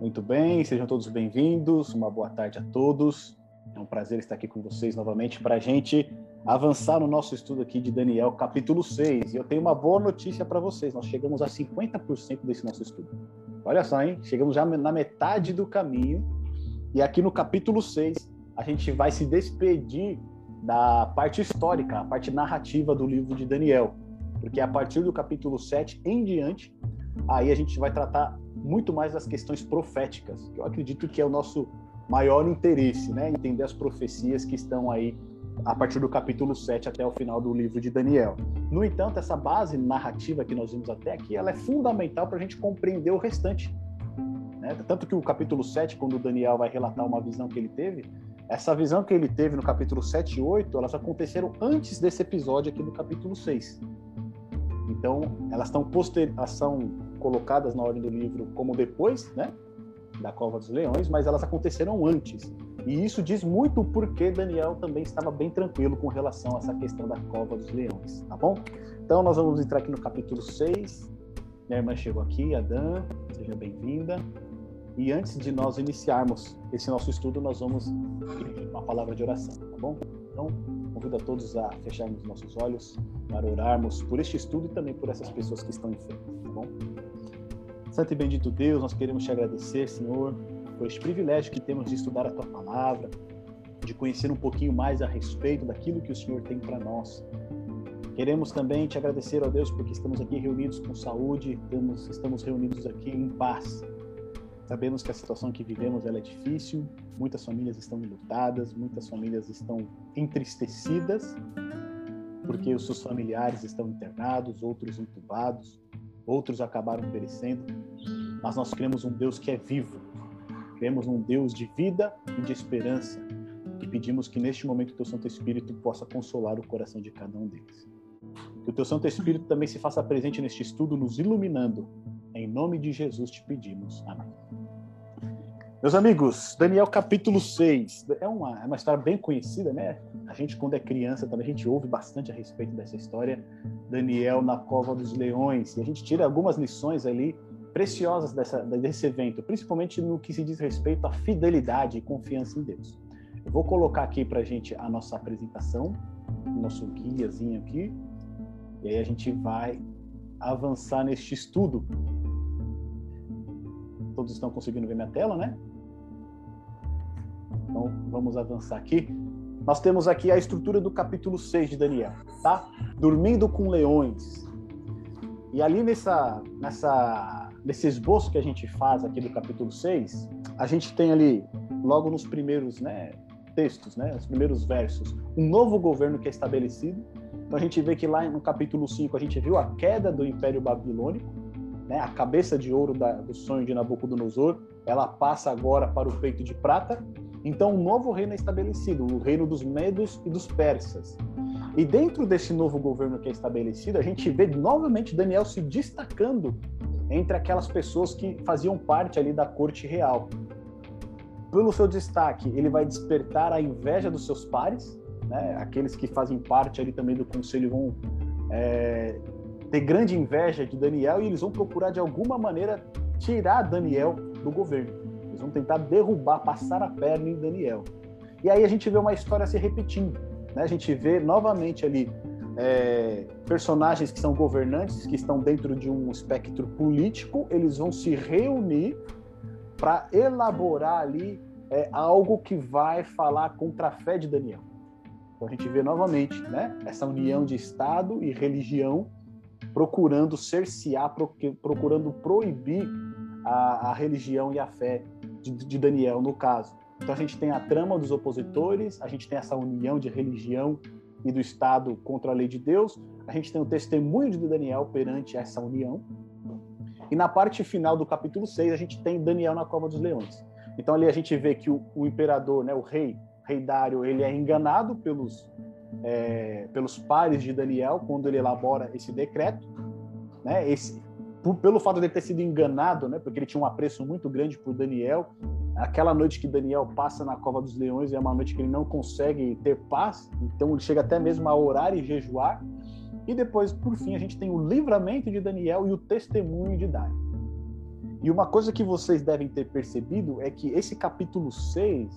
Muito bem, sejam todos bem-vindos, uma boa tarde a todos. É um prazer estar aqui com vocês novamente para a gente avançar no nosso estudo aqui de Daniel, capítulo 6. E eu tenho uma boa notícia para vocês, nós chegamos a 50% desse nosso estudo. Olha só, hein? Chegamos já na metade do caminho. E aqui no capítulo 6, a gente vai se despedir da parte histórica, a parte narrativa do livro de Daniel. Porque a partir do capítulo 7 em diante, aí a gente vai tratar muito mais das questões proféticas, que eu acredito que é o nosso maior interesse, né? Entender as profecias que estão aí a partir do capítulo 7 até o final do livro de Daniel. No entanto, essa base narrativa que nós vimos até aqui, ela é fundamental para a gente compreender o restante, né? Tanto que o capítulo 7, quando Daniel vai relatar uma visão que ele teve, essa visão que ele teve no capítulo 7 e 8, elas aconteceram antes desse episódio aqui do capítulo 6. Então, elas são colocadas na ordem do livro como depois, né, da Cova dos Leões, mas elas aconteceram antes. E isso diz muito porque Daniel também estava bem tranquilo com relação a essa questão da Cova dos Leões, tá bom? Então, nós vamos entrar aqui no capítulo 6. Minha irmã chegou aqui, a Dan, seja bem-vinda. E antes de nós iniciarmos esse nosso estudo, nós vamos pedir uma palavra de oração, tá bom? Então, convido a todos a fecharmos nossos olhos para orarmos por este estudo e também por essas pessoas que estão enfermas, tá bom? Santo e bendito Deus, nós queremos te agradecer, Senhor, por este privilégio que temos de estudar a Tua Palavra, de conhecer um pouquinho mais a respeito daquilo que o Senhor tem para nós. Queremos também te agradecer, ó Deus, porque estamos aqui reunidos com saúde, estamos reunidos aqui em paz. Sabemos que a situação que vivemos ela é difícil, muitas famílias estão enlutadas, muitas famílias estão entristecidas, porque os seus familiares estão internados, outros entubados, outros acabaram perecendo, mas nós cremos um Deus que é vivo, cremos um Deus de vida e de esperança, e pedimos que neste momento o Teu Santo Espírito possa consolar o coração de cada um deles. Que o Teu Santo Espírito também se faça presente neste estudo, nos iluminando. Em nome de Jesus te pedimos. Amém. Meus amigos, Daniel capítulo 6 é uma história bem conhecida, né? A gente, quando é criança, também a gente ouve bastante a respeito dessa história. Daniel na Cova dos Leões. E a gente tira algumas lições ali preciosas desse evento, principalmente no que se diz respeito à fidelidade e confiança em Deus. Eu vou colocar aqui pra gente a nossa apresentação, o nosso guiazinho aqui, e aí a gente vai avançar neste estudo. Todos estão conseguindo ver minha tela, né? Então, vamos avançar aqui. Nós temos aqui a estrutura do capítulo 6 de Daniel, tá? Dormindo com leões. E ali nesse esboço que a gente faz aqui do capítulo 6, a gente tem ali, logo nos primeiros, né, textos, né, os primeiros versos, um novo governo que é estabelecido. Então, a gente vê que lá no capítulo 5 a gente viu a queda do Império Babilônico, né, a cabeça de ouro do sonho de Nabucodonosor, ela passa agora para o peito de prata. Então, um novo reino é estabelecido, o reino dos Medos e dos Persas. E dentro desse novo governo que é estabelecido, a gente vê novamente Daniel se destacando entre aquelas pessoas que faziam parte ali da corte real. Pelo seu destaque, ele vai despertar a inveja dos seus pares, né? Aqueles que fazem parte ali também do conselho vão ter grande inveja de Daniel e eles vão procurar de alguma maneira tirar Daniel do governo. Eles vão tentar derrubar, passar a perna em Daniel. E aí a gente vê uma história se repetindo, né? A gente vê novamente ali personagens que são governantes, que estão dentro de um espectro político, eles vão se reunir para elaborar ali algo que vai falar contra a fé de Daniel. Então a gente vê novamente, né, essa união de Estado e religião procurando cercear, procurando proibir a religião e a fé de Daniel, no caso. Então a gente tem a trama dos opositores, a gente tem essa união de religião e do Estado contra a lei de Deus, a gente tem o testemunho de Daniel perante essa união, e na parte final do capítulo 6 a gente tem Daniel na Cova dos Leões. Então ali a gente vê que o imperador, né, o rei Dário, ele é enganado pelos pares de Daniel quando ele elabora esse decreto, né? Pelo fato de ele ter sido enganado, né? Porque ele tinha um apreço muito grande por Daniel. Aquela noite que Daniel passa na Cova dos Leões é uma noite que ele não consegue ter paz, então ele chega até mesmo a orar e jejuar. E depois, por fim, a gente tem o livramento de Daniel e o testemunho de Dário. E uma coisa que vocês devem ter percebido é que esse capítulo 6,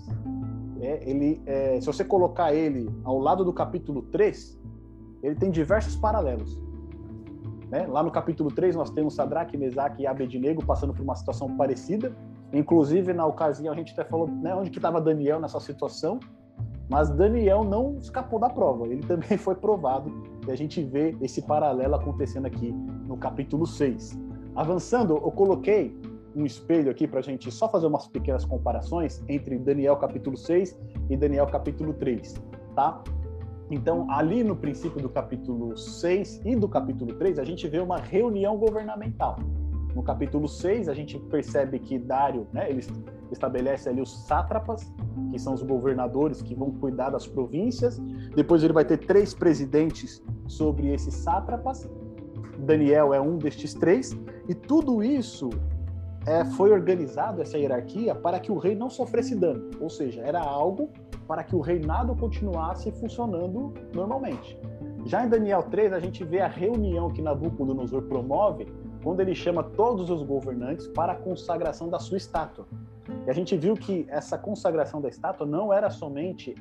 se você colocar ele ao lado do capítulo 3, ele tem diversos paralelos. Né? Lá no capítulo 3 nós temos Sadraque, Mesaque e Abednego passando por uma situação parecida. Inclusive, na ocasião, a gente até falou, né, onde que estava Daniel nessa situação, mas Daniel não escapou da prova, ele também foi provado, e a gente vê esse paralelo acontecendo aqui no capítulo 6. Avançando, eu coloquei um espelho aqui para a gente só fazer umas pequenas comparações entre Daniel capítulo 6 e Daniel capítulo 3, tá? Então, ali no princípio do capítulo 6 e do capítulo 3, a gente vê uma reunião governamental. No capítulo 6, a gente percebe que Dário, né, ele estabelece ali os sátrapas, que são os governadores que vão cuidar das províncias. Depois ele vai ter 3 presidentes sobre esses sátrapas. Daniel é um destes 3. E tudo isso foi organizado, essa hierarquia, para que o rei não sofresse dano. Ou seja, era algo para que o reinado continuasse funcionando normalmente. Já em Daniel 3, a gente vê a reunião que Nabucodonosor promove, quando ele chama todos os governantes para a consagração da sua estátua. E a gente viu que essa consagração da estátua não era somente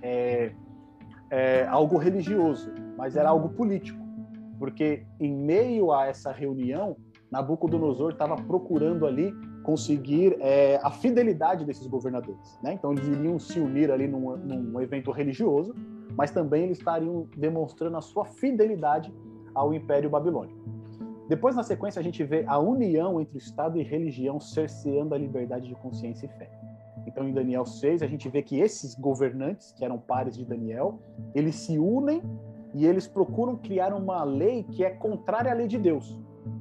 algo religioso, mas era algo político. Porque em meio a essa reunião, Nabucodonosor estava procurando ali conseguir a fidelidade desses governadores. Né? Então eles iriam se unir ali num evento religioso, mas também eles estariam demonstrando a sua fidelidade ao Império Babilônico. Depois, na sequência, a gente vê a união entre Estado e religião cerceando a liberdade de consciência e fé. Então, em Daniel 6, a gente vê que esses governantes, que eram pares de Daniel, eles se unem e eles procuram criar uma lei que é contrária à lei de Deus.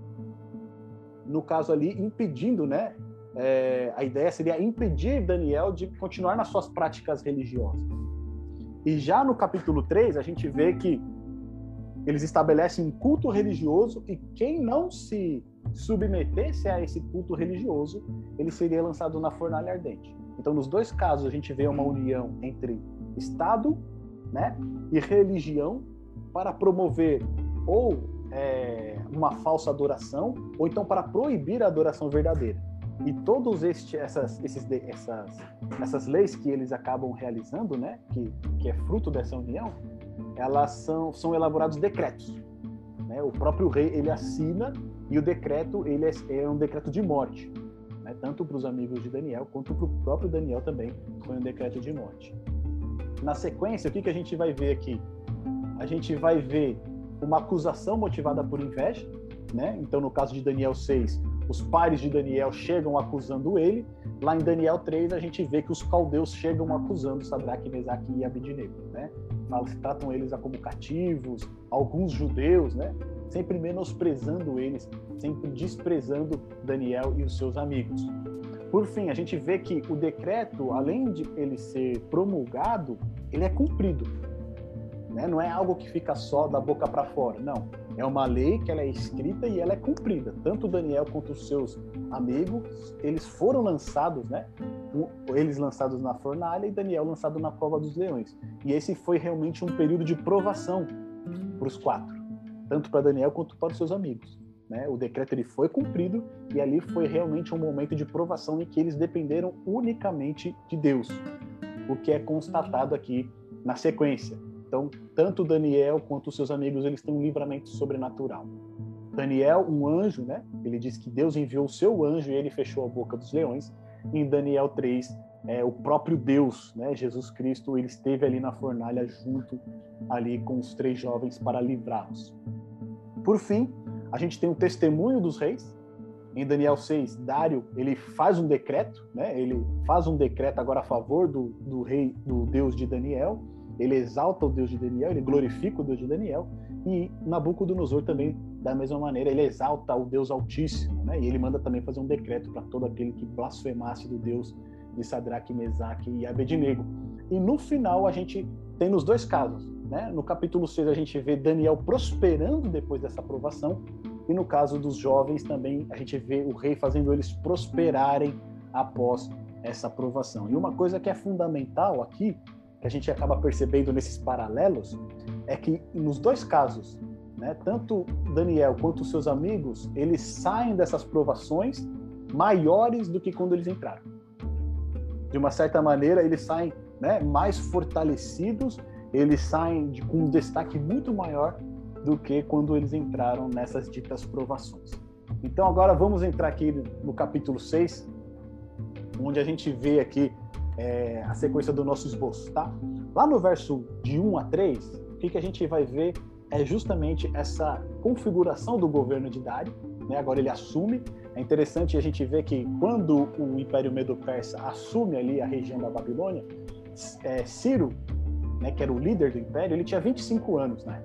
No caso ali, impedindo, né? A ideia seria impedir Daniel de continuar nas suas práticas religiosas. E já no capítulo 3, a gente vê que eles estabelecem um culto religioso e quem não se submetesse a esse culto religioso, ele seria lançado na fornalha ardente. Então, nos dois casos, a gente vê uma união entre Estado, né, e religião para promover ou uma falsa adoração, ou então para proibir a adoração verdadeira. E todas essas leis que eles acabam realizando, né, que é fruto dessa união, elas são elaborados decretos. Né? O próprio rei ele assina e o decreto ele é um decreto de morte, né? Tanto para os amigos de Daniel quanto para o próprio Daniel também foi um decreto de morte. Na sequência, o que a gente vai ver aqui? A gente vai ver uma acusação motivada por inveja, né? Então, no caso de Daniel 6, os pares de Daniel chegam acusando ele. Lá em Daniel 3, a gente vê que os caldeus chegam acusando Sadraque, Mesaque e Abednego, né? Tratam eles como cativos, alguns judeus, né? Sempre menosprezando eles, sempre desprezando Daniel e os seus amigos. Por fim, a gente vê que o decreto, além de ele ser promulgado, ele é cumprido. Né? Não é algo que fica só da boca para fora, não. É uma lei que ela é escrita e ela é cumprida. Tanto Daniel quanto os seus amigos, eles foram lançados, né? Eles lançados na fornalha e Daniel lançado na cova dos leões. E esse foi realmente um período de provação para os 4, tanto para Daniel quanto para os seus amigos. Né? O decreto ele foi cumprido e ali foi realmente um momento de provação em que eles dependeram unicamente de Deus, o que é constatado aqui na sequência. Então, tanto Daniel quanto os seus amigos, eles têm um livramento sobrenatural. Daniel, um anjo, né? Ele diz que Deus enviou o seu anjo e ele fechou a boca dos leões. Em Daniel 3, o próprio Deus, né? Jesus Cristo, ele esteve ali na fornalha junto ali com os 3 jovens para livrá-los. Por fim, a gente tem o testemunho dos reis. Em Daniel 6, Dário, ele faz um decreto, né? Ele faz um decreto agora a favor do rei, do Deus de Daniel. Ele exalta o Deus de Daniel, ele glorifica o Deus de Daniel, e Nabucodonosor também, da mesma maneira, ele exalta o Deus Altíssimo, né? E ele manda também fazer um decreto para todo aquele que blasfemasse do Deus de Sadraque, Mesaque e Abednego. E no final a gente tem nos dois casos, né? No capítulo 6 a gente vê Daniel prosperando depois dessa aprovação, e no caso dos jovens também a gente vê o rei fazendo eles prosperarem após essa aprovação. E uma coisa que é fundamental aqui, que a gente acaba percebendo nesses paralelos, é que nos dois casos, né, tanto Daniel quanto os seus amigos, eles saem dessas provações maiores do que quando eles entraram. De uma certa maneira, eles saem, né, mais fortalecidos, eles saem com um destaque muito maior do que quando eles entraram nessas ditas provações. Então agora vamos entrar aqui no capítulo 6, onde a gente vê aqui a sequência do nosso esboço, tá? Lá no verso de 1 a 3, o que a gente vai ver é justamente essa configuração do governo de Dário, né? Agora ele assume. É interessante a gente ver que quando o Império Medo-Persa assume ali a região da Babilônia, Ciro, né, que era o líder do Império, ele tinha 25 anos, né?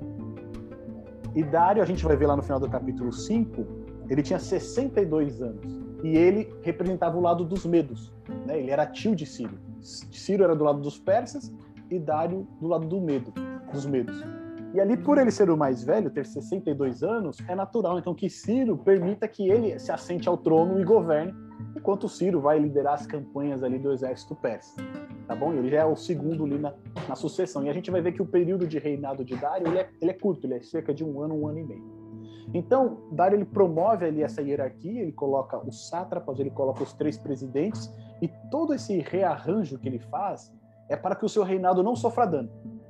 E Dário, a gente vai ver lá no final do capítulo 5, ele tinha 62 anos. E ele representava o lado dos medos, né? Ele era tio de Ciro. Ciro era do lado dos persas e Dário do lado dos medos. E ali, por ele ser o mais velho, ter 62 anos, é natural, então, que Ciro permita que ele se assente ao trono e governe, enquanto Ciro vai liderar as campanhas ali do exército persa, tá bom? Ele já é o segundo ali na sucessão. E a gente vai ver que o período de reinado de Dário, ele é curto, ele é cerca de um ano e meio. Então, Dário, ele promove ali essa hierarquia, ele coloca os sátrapas, ele coloca os 3 presidentes, e todo esse rearranjo que ele faz é para que o seu reinado não sofra dano.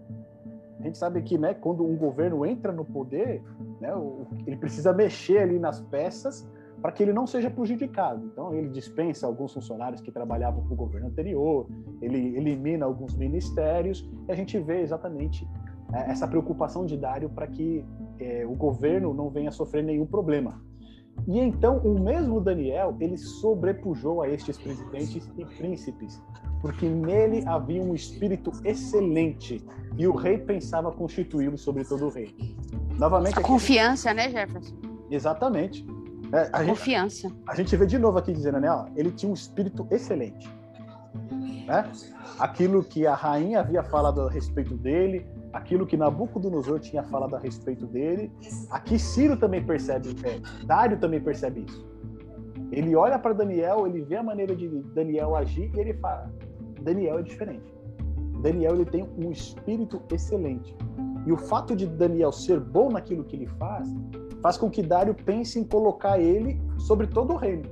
A gente sabe que, né, quando um governo entra no poder, né, ele precisa mexer ali nas peças para que ele não seja prejudicado. Então, ele dispensa alguns funcionários que trabalhavam para o governo anterior, ele elimina alguns ministérios, e a gente vê exatamente essa preocupação de Dário para que o governo não venha sofrer nenhum problema. E então, o mesmo Daniel, ele sobrepujou a estes presidentes e príncipes, porque nele havia um espírito excelente, e o rei pensava constituí-lo sobre todo o rei. Novamente, aqui, confiança, né, Jefferson? Exatamente. Confiança. A gente vê de novo aqui dizendo, né, ó, ele tinha um espírito excelente. Né? Aquilo que a rainha havia falado a respeito dele, aquilo que Nabucodonosor tinha falado a respeito dele, aqui Ciro também percebe, Dário também percebe isso. Ele olha para Daniel, ele vê a maneira de Daniel agir e ele fala, Daniel é diferente. Daniel, ele tem um espírito excelente. E o fato de Daniel ser bom naquilo que ele faz com que Dário pense em colocar ele sobre todo o reino.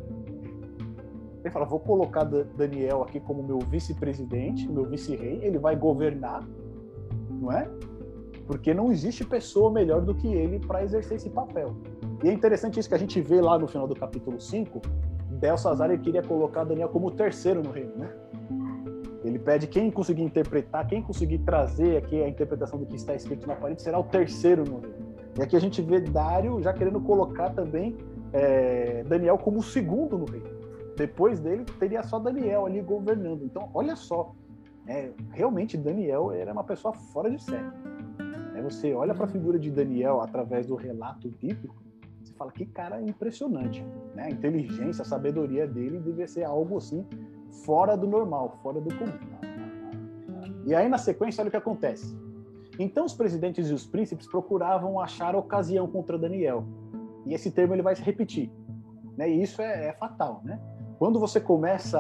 Ele fala, vou colocar Daniel aqui como meu vice-presidente, meu vice-rei, ele vai governar, não é? Porque não existe pessoa melhor do que ele para exercer esse papel. E é interessante isso que a gente vê lá no final do capítulo 5, Belsazar, ele queria colocar Daniel como o terceiro no reino, né? Ele pede quem conseguir interpretar, quem conseguir trazer aqui a interpretação do que está escrito na parede, será o terceiro no reino. E aqui a gente vê Dário já querendo colocar também Daniel como o segundo no reino. Depois dele, teria só Daniel ali governando. Então, olha só, realmente Daniel era uma pessoa fora de série. Você olha para a figura de Daniel através do relato bíblico, você fala, que cara impressionante. Né? A inteligência, a sabedoria dele devia ser algo assim, fora do normal, fora do comum. E aí, na sequência, olha o que acontece. Então, os presidentes e os príncipes procuravam achar ocasião contra Daniel. E esse termo ele vai se repetir. Né? E isso é fatal. Né? Quando você começa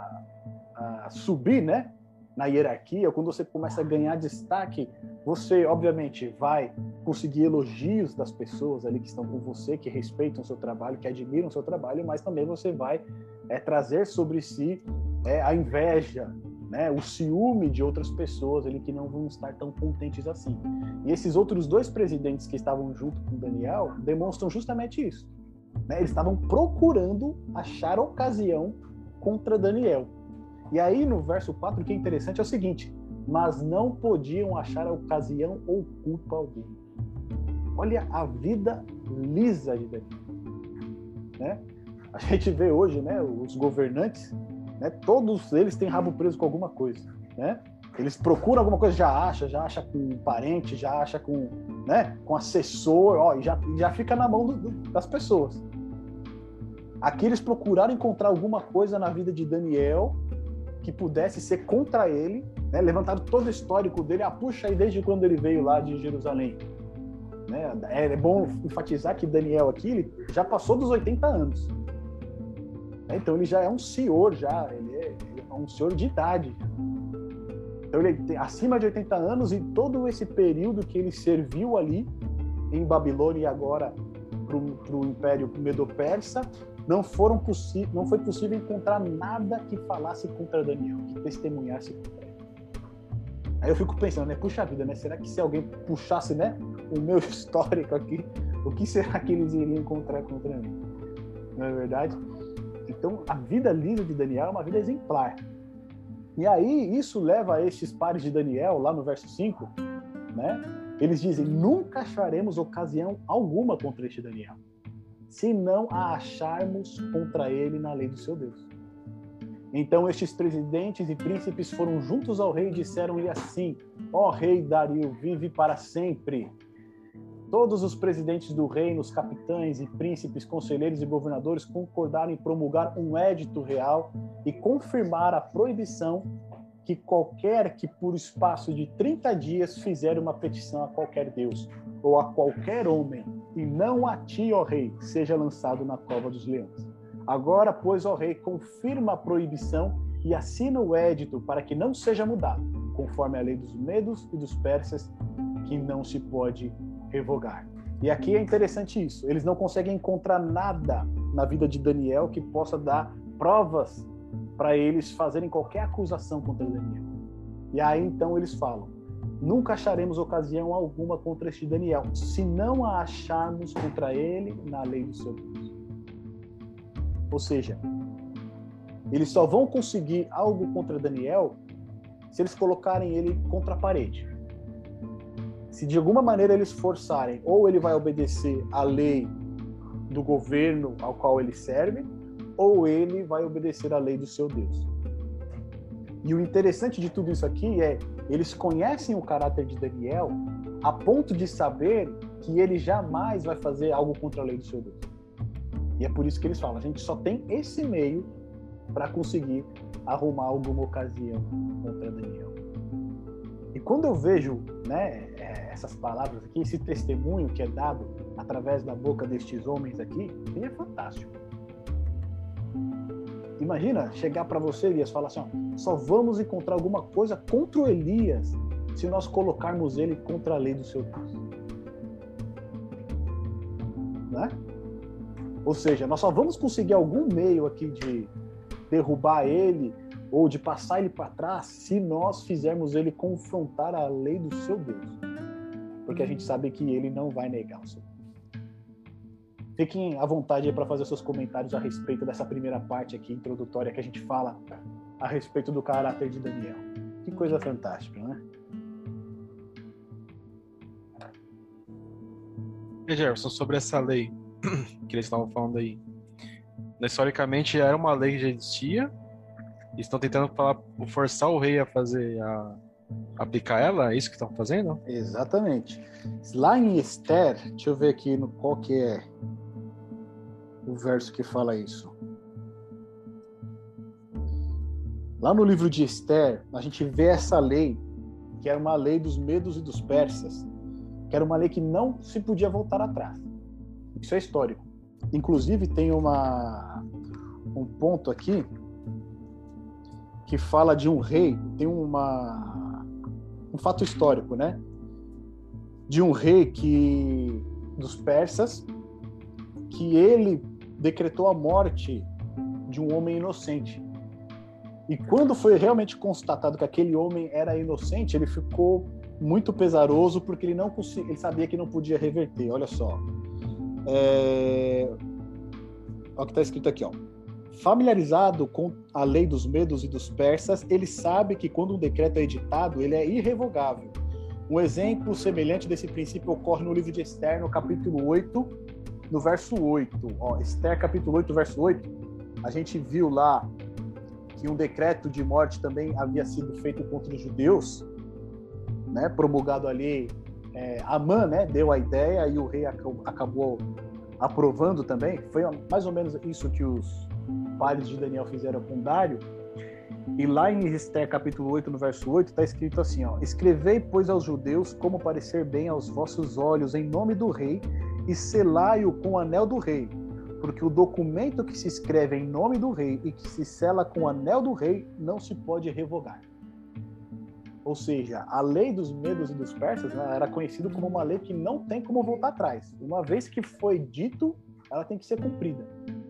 a subir, né, na hierarquia, quando você começa a ganhar destaque, você, obviamente, vai conseguir elogios das pessoas ali que estão com você, que respeitam o seu trabalho, que admiram o seu trabalho, mas também você vai trazer sobre si a inveja, né, o ciúme de outras pessoas ali que não vão estar tão contentes assim. E esses outros 2 presidentes que estavam junto com Daniel demonstram justamente isso. Né? Eles estavam procurando achar ocasião contra Daniel. E aí, no verso 4, o que é interessante é o seguinte, mas não podiam achar a ocasião ou culpa alguma. Olha a vida lisa de Daniel. Né? A gente vê hoje, né, os governantes, né, todos eles têm rabo preso com alguma coisa. Né? Eles procuram alguma coisa, já acha com um parente, já acha com, né, com assessor, e já fica na mão das pessoas. Aqui eles procuraram encontrar alguma coisa na vida de Daniel que pudesse ser contra ele, né? Levantaram todo o histórico dele, puxa aí desde quando ele veio lá de Jerusalém. Né? É bom enfatizar que Daniel aqui ele já passou dos 80 anos. Então ele já é um senhor, ele é um senhor de idade. Então ele tem acima de 80 anos e todo esse período que ele serviu ali em Babilônia e agora para o Império Medo-Persa, não foi possível encontrar nada que falasse contra Daniel, que testemunhasse contra ele. Aí eu fico pensando, né? Puxa vida, né? Será que se alguém puxasse, né, o meu histórico aqui, o que será que eles iriam encontrar contra mim? Não é verdade? Então, a vida lisa de Daniel é uma vida exemplar. E aí, isso leva a estes pares de Daniel, lá no verso 5, né? Eles dizem, nunca acharemos ocasião alguma contra este Daniel, se não a acharmos contra ele na lei do seu Deus. Então estes presidentes e príncipes foram juntos ao rei e disseram-lhe assim, ó rei Dario, vive para sempre. Todos os presidentes do reino, os capitães e príncipes, conselheiros e governadores concordaram em promulgar um édito real e confirmar a proibição que qualquer que por espaço de 30 dias fizer uma petição a qualquer Deus ou a qualquer homem, e não a ti, ó rei, seja lançado na cova dos leões. Agora, pois, ó rei, confirma a proibição e assina o édito para que não seja mudado, conforme a lei dos medos e dos persas, que não se pode revogar. E aqui é interessante isso, eles não conseguem encontrar nada na vida de Daniel que possa dar provas para eles fazerem qualquer acusação contra Daniel. E aí, então, eles falam, nunca acharemos ocasião alguma contra este Daniel, se não a acharmos contra ele na lei do seu Deus. Ou seja, eles só vão conseguir algo contra Daniel se eles colocarem ele contra a parede. Se de alguma maneira eles forçarem, ou ele vai obedecer à lei do governo ao qual ele serve, ou ele vai obedecer à lei do seu Deus. E o interessante de tudo isso aqui é, eles conhecem o caráter de Daniel a ponto de saber que ele jamais vai fazer algo contra a lei do seu Deus. E é por isso que eles falam, a gente só tem esse meio para conseguir arrumar alguma ocasião contra Daniel. E quando eu vejo, né, essas palavras aqui, esse testemunho que é dado através da boca destes homens aqui, é fantástico. Imagina chegar para você, Elias, e falar assim, ó, só vamos encontrar alguma coisa contra o Elias se nós colocarmos ele contra a lei do seu Deus. Né? Ou seja, nós só vamos conseguir algum meio aqui de derrubar ele ou de passar ele para trás se nós fizermos ele confrontar a lei do seu Deus. Porque a gente sabe que ele não vai negar o seu Deus. Fiquem à vontade aí para fazer seus comentários a respeito dessa primeira parte aqui, introdutória, que a gente fala a respeito do caráter de Daniel. Que coisa fantástica, né? E Jefferson, sobre essa lei que eles estavam falando aí, historicamente era uma lei que já existia, e estão tentando forçar o rei a aplicar ela, é isso que estão fazendo? Exatamente. Lá em Esther, deixa eu ver aqui qual que é o verso que fala isso. Lá no livro de Esther, a gente vê essa lei, que era uma lei dos medos e dos persas, que era uma lei que não se podia voltar atrás. Isso é histórico. Inclusive, tem um ponto aqui que fala de um rei, tem um fato histórico, né? De um rei dos persas, que ele decretou a morte de um homem inocente. E quando foi realmente constatado que aquele homem era inocente, ele ficou muito pesaroso porque ele sabia que não podia reverter. Olha só. Olha o que está escrito aqui, ó. Familiarizado com a lei dos medos e dos persas, ele sabe que quando um decreto é editado, ele é irrevogável. Um exemplo semelhante desse princípio ocorre no livro de Esther, no capítulo 8, no verso 8. Ó, Esther, capítulo 8, verso 8, a gente viu lá que um decreto de morte também havia sido feito contra os judeus, né, promulgado ali, Amã, né, deu a ideia e o rei acabou aprovando também. Foi mais ou menos isso que os pares de Daniel fizeram com Dário. E lá em Esther, capítulo 8, no verso 8, está escrito assim, ó, escrevei, pois, aos judeus como parecer bem aos vossos olhos em nome do rei e selai-o com o anel do rei, porque o documento que se escreve em nome do rei e que se sela com o anel do rei não se pode revogar. Ou seja, a lei dos medos e dos persas, né, era conhecida como uma lei que não tem como voltar atrás. Uma vez que foi dito, ela tem que ser cumprida.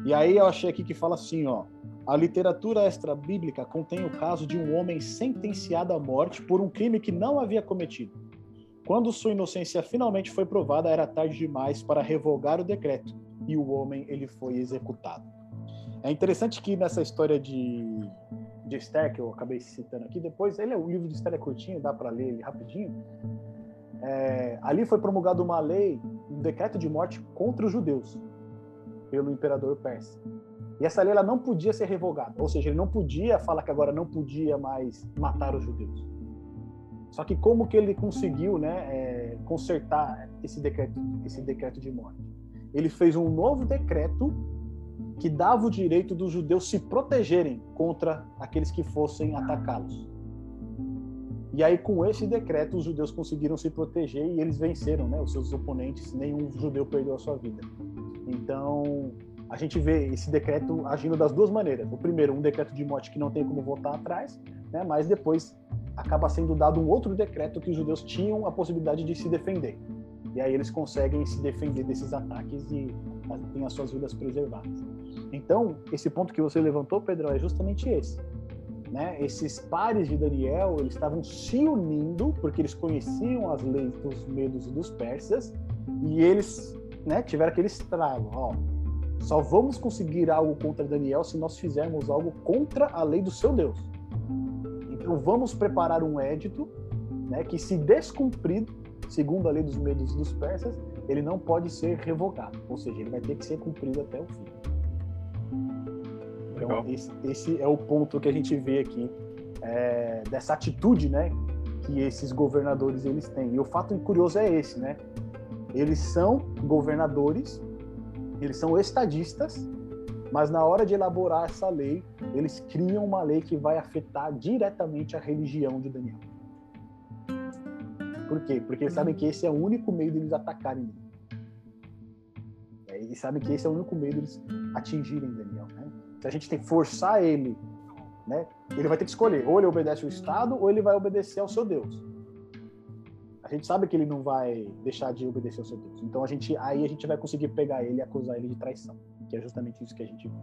E aí eu achei aqui que fala assim, ó, a literatura extra-bíblica contém o caso de um homem sentenciado à morte por um crime que não havia cometido. Quando sua inocência finalmente foi provada, era tarde demais para revogar o decreto, e o homem ele foi executado. É interessante que nessa história de Esther, que eu acabei citando aqui, depois, o livro de Esther é curtinho, dá para ler ele rapidinho. Ali foi promulgada uma lei, um decreto de morte contra os judeus, pelo imperador persa. E essa lei ela não podia ser revogada, ou seja, ele não podia falar que agora não podia mais matar os judeus. Só que como que ele conseguiu, né, consertar esse decreto de morte? Ele fez um novo decreto que dava o direito dos judeus se protegerem contra aqueles que fossem atacá-los. E aí, com esse decreto, os judeus conseguiram se proteger e eles venceram, né, os seus oponentes, nenhum judeu perdeu a sua vida. Então, a gente vê esse decreto agindo das duas maneiras. O primeiro, um decreto de morte que não tem como voltar atrás, né, mas depois acaba sendo dado um outro decreto que os judeus tinham a possibilidade de se defender. E aí eles conseguem se defender desses ataques e têm as suas vidas preservadas. Então, esse ponto que você levantou, Pedro, é justamente esse. Né? Esses pares de Daniel, eles estavam se unindo porque eles conheciam as leis dos medos e dos persas e eles, né, tiveram aquele estrago. Ó, só vamos conseguir algo contra Daniel se nós fizermos algo contra a lei do seu Deus. Então vamos preparar um édito, né, que se descumprido, segundo a lei dos medos e dos persas, ele não pode ser revogado. Ou seja, ele vai ter que ser cumprido até o fim. Então, esse é o ponto que a gente vê aqui, dessa atitude, né, que esses governadores eles têm. E o fato curioso é esse, né? Eles são governadores, eles são estadistas, mas na hora de elaborar essa lei, eles criam uma lei que vai afetar diretamente a religião de Daniel. Por quê? Porque eles sabem que esse é o único meio deles atacarem ele. Eles sabem que esse é o único meio deles atingirem Daniel, né? Se a gente tem que forçar ele, né, ele vai ter que escolher, ou ele obedece ao Estado, ou ele vai obedecer ao seu Deus. A gente sabe que ele não vai deixar de obedecer ao seu Deus. Então aí a gente vai conseguir pegar ele e acusar ele de traição, que é justamente isso que a gente viu.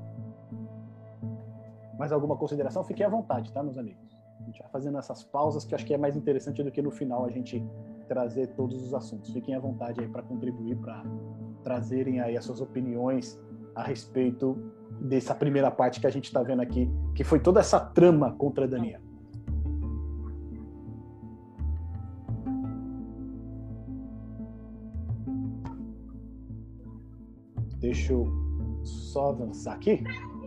Mais alguma consideração? Fiquem à vontade, tá, meus amigos? A gente vai fazendo essas pausas que eu acho que é mais interessante do que no final a gente trazer todos os assuntos. Fiquem à vontade aí para contribuir, para trazerem aí as suas opiniões a respeito dessa primeira parte que a gente está vendo aqui, que foi toda essa trama contra Daniel. Deixa eu só avançar aqui.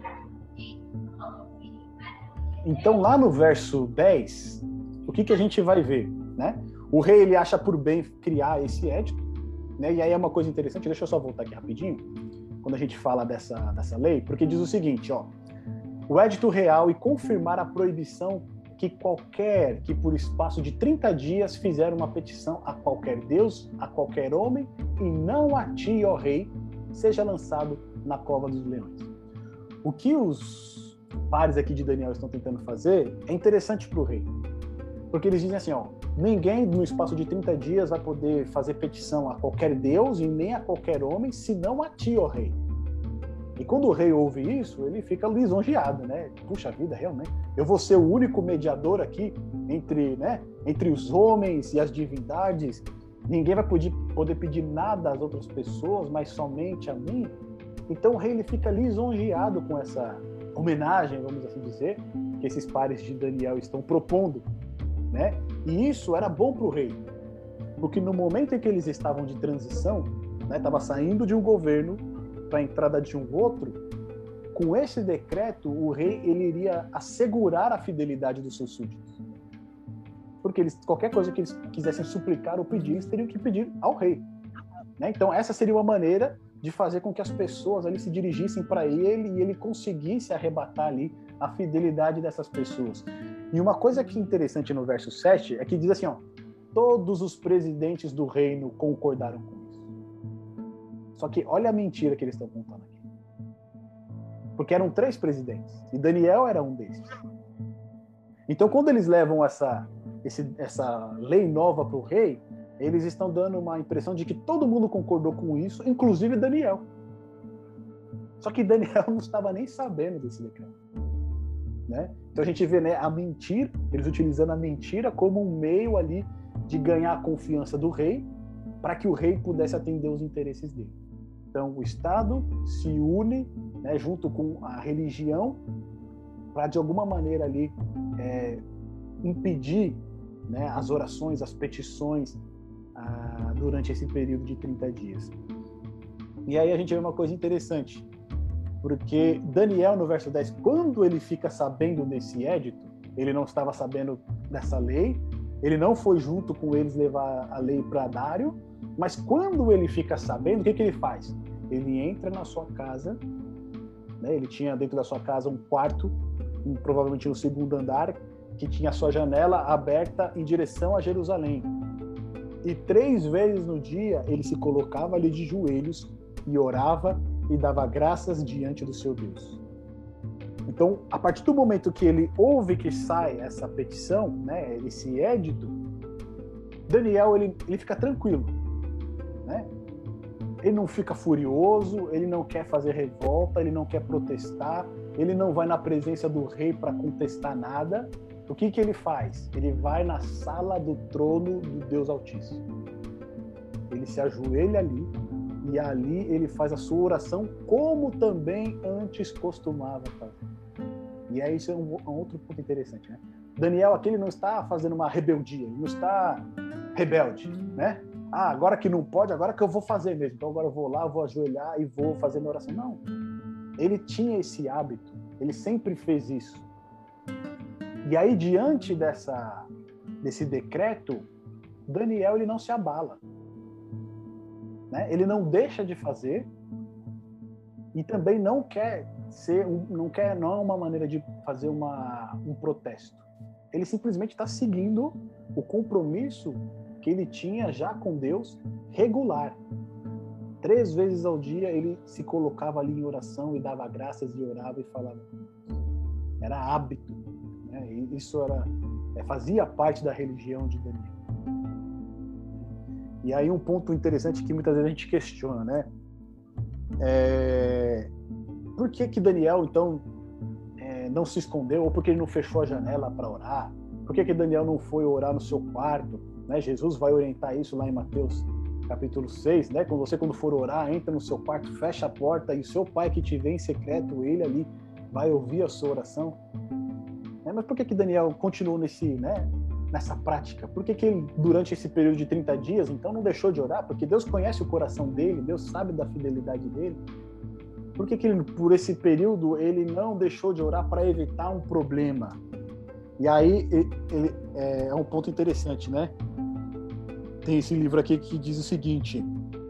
Então, lá no verso 10, o que a gente vai ver, né? O rei, ele acha por bem criar esse édito, né? E aí é uma coisa interessante, deixa eu só voltar aqui rapidinho, quando a gente fala dessa lei, porque diz o seguinte, ó, o édito real e confirmar a proibição que qualquer que por espaço de 30 dias fizer uma petição a qualquer Deus, a qualquer homem, e não a ti, ó rei, seja lançado na cova dos leões. O que os pares aqui de Daniel estão tentando fazer é interessante para o rei, porque eles dizem assim, ó, ninguém no espaço de 30 dias vai poder fazer petição a qualquer Deus e nem a qualquer homem, senão a ti, ó rei. E quando o rei ouve isso, ele fica lisonjeado, né? Puxa vida, realmente, eu vou ser o único mediador aqui entre os homens e as divindades. Ninguém vai poder pedir nada às outras pessoas, mas somente a mim. Então o rei ele fica lisonjeado com essa homenagem, vamos assim dizer, que esses pares de Daniel estão propondo, né? E isso era bom para o rei, porque no momento em que eles estavam de transição, né, estava saindo de um governo para a entrada de um outro, com esse decreto o rei ele iria assegurar a fidelidade dos seus súditos, porque qualquer coisa que eles quisessem suplicar ou pedir, eles teriam que pedir ao rei, né? Então essa seria uma maneira de fazer com que as pessoas ali se dirigissem para ele e ele conseguisse arrebatar ali a fidelidade dessas pessoas. E uma coisa que é interessante no verso 7 é que diz assim, ó, todos os presidentes do reino concordaram com isso. Só que olha a mentira que eles estão contando aqui. Porque eram 3 presidentes, e Daniel era um desses. Então quando eles levam essa lei nova para o rei, eles estão dando uma impressão de que todo mundo concordou com isso, inclusive Daniel. Só que Daniel não estava nem sabendo desse decreto, né? Então a gente vê, né, a mentira, eles utilizando a mentira como um meio ali de ganhar a confiança do rei, para que o rei pudesse atender os interesses dele. Então o Estado se une, né, junto com a religião, para de alguma maneira ali impedir, né, as orações, as petições durante esse período de 30 dias. E aí a gente vê uma coisa interessante, porque Daniel, no verso 10, quando ele fica sabendo desse édito, ele não estava sabendo dessa lei, ele não foi junto com eles levar a lei para Dário, mas quando ele fica sabendo, o que ele faz? Ele entra na sua casa, né? Ele tinha dentro da sua casa um quarto, provavelmente no segundo andar, que tinha a sua janela aberta em direção a Jerusalém. E 3 vezes no dia ele se colocava ali de joelhos e orava e dava graças diante do seu Deus. Então, a partir do momento que ele ouve que sai essa petição, né, esse édito, Daniel ele fica tranquilo, né? Ele não fica furioso, ele não quer fazer revolta, ele não quer protestar, ele não vai na presença do rei para contestar nada. O que ele faz? Ele vai na sala do trono do Deus Altíssimo. Ele se ajoelha ali, e ali ele faz a sua oração como também antes costumava fazer. E aí isso é um outro ponto interessante, né? Daniel aqui ele não está fazendo uma rebeldia, ele não está rebelde, né? Agora que não pode, agora que eu vou fazer mesmo. Então agora eu vou lá, vou ajoelhar e vou fazer minha oração. Não. Ele tinha esse hábito, ele sempre fez isso. E aí diante desse decreto, Daniel ele não se abala. Né? Ele não deixa de fazer e também não é uma maneira de fazer um protesto. Ele simplesmente está seguindo o compromisso que ele tinha já com Deus regular. 3 vezes ao dia ele se colocava ali em oração e dava graças e orava e falava. Era hábito, né? E isso fazia parte da religião de Daniel. E aí um ponto interessante que muitas vezes a gente questiona, né? Por que Daniel, então, não se escondeu? Ou por que ele não fechou a janela para orar? Por que Daniel não foi orar no seu quarto? Né? Jesus vai orientar isso lá em Mateus capítulo 6, né? Quando for orar, entra no seu quarto, fecha a porta e o seu pai que te vê em secreto, ele ali vai ouvir a sua oração. Mas por que Daniel continuou nessa prática? Por que ele, durante esse período de 30 dias, então não deixou de orar? Porque Deus conhece o coração dele, Deus sabe da fidelidade dele. Por que ele, por esse período, ele não deixou de orar para evitar um problema? E aí é um ponto interessante, né? Tem esse livro aqui que diz o seguinte: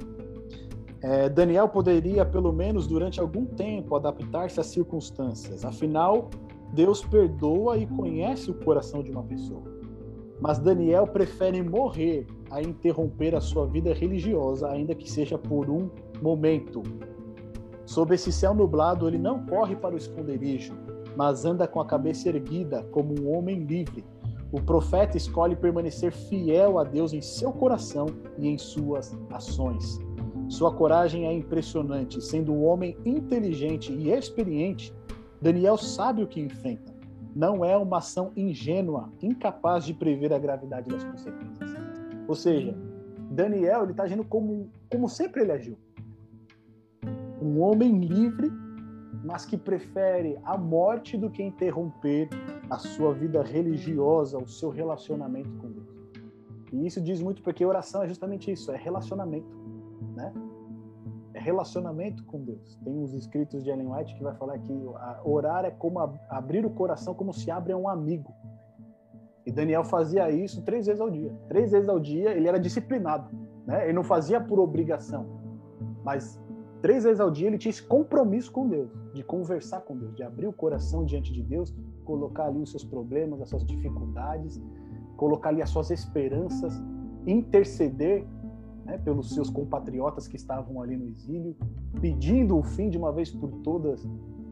Daniel poderia, pelo menos durante algum tempo, adaptar-se às circunstâncias. Afinal, Deus perdoa e conhece o coração de uma pessoa. Mas Daniel prefere morrer a interromper a sua vida religiosa, ainda que seja por um momento. Sob esse céu nublado, ele não corre para o esconderijo, mas anda com a cabeça erguida, como um homem livre. O profeta escolhe permanecer fiel a Deus em seu coração e em suas ações. Sua coragem é impressionante. Sendo um homem inteligente e experiente, Daniel sabe o que enfrenta. Não é uma ação ingênua, incapaz de prever a gravidade das consequências. Ou seja, Daniel está agindo como sempre ele agiu. Um homem livre, mas que prefere a morte do que interromper a sua vida religiosa, o seu relacionamento com Deus. E isso diz muito porque oração é justamente isso, é relacionamento, né? É relacionamento com Deus. Tem uns escritos de Ellen White que vai falar que orar é como abrir o coração como se abre a um amigo. E Daniel fazia isso 3 vezes ao dia. 3 vezes ao dia ele era disciplinado, né? Ele não fazia por obrigação, mas 3 vezes ao dia ele tinha esse compromisso com Deus, de conversar com Deus, de abrir o coração diante de Deus, colocar ali os seus problemas, as suas dificuldades, colocar ali as suas esperanças, interceder, né, pelos seus compatriotas que estavam ali no exílio, pedindo o fim de uma vez por todas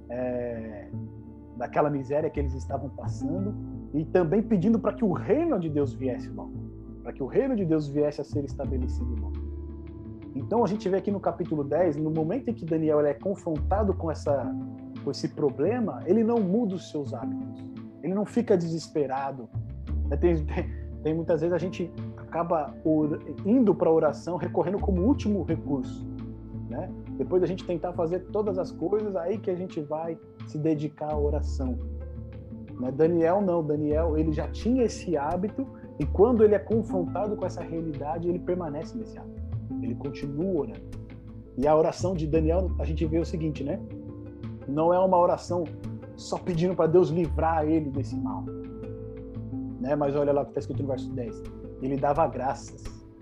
daquela miséria que eles estavam passando, e também pedindo para que o reino de Deus viesse logo, para que o reino de Deus viesse a ser estabelecido logo. Então a gente vê aqui no capítulo 10, no momento em que Daniel ele é confrontado com esse problema, ele não muda os seus hábitos, ele não fica desesperado. Tem muitas vezes a gente acaba indo para a oração, recorrendo como último recurso, né? Depois da gente tentar fazer todas as coisas, aí que a gente vai se dedicar à oração. Né? Daniel não, Daniel ele já tinha esse hábito, e quando ele é confrontado com essa realidade, ele permanece nesse hábito, ele continua orando. E a oração de Daniel, a gente vê o seguinte, né? Não é uma oração só pedindo para Deus livrar ele desse mal, né? Mas olha lá o que está escrito no verso 10, ele dava graças.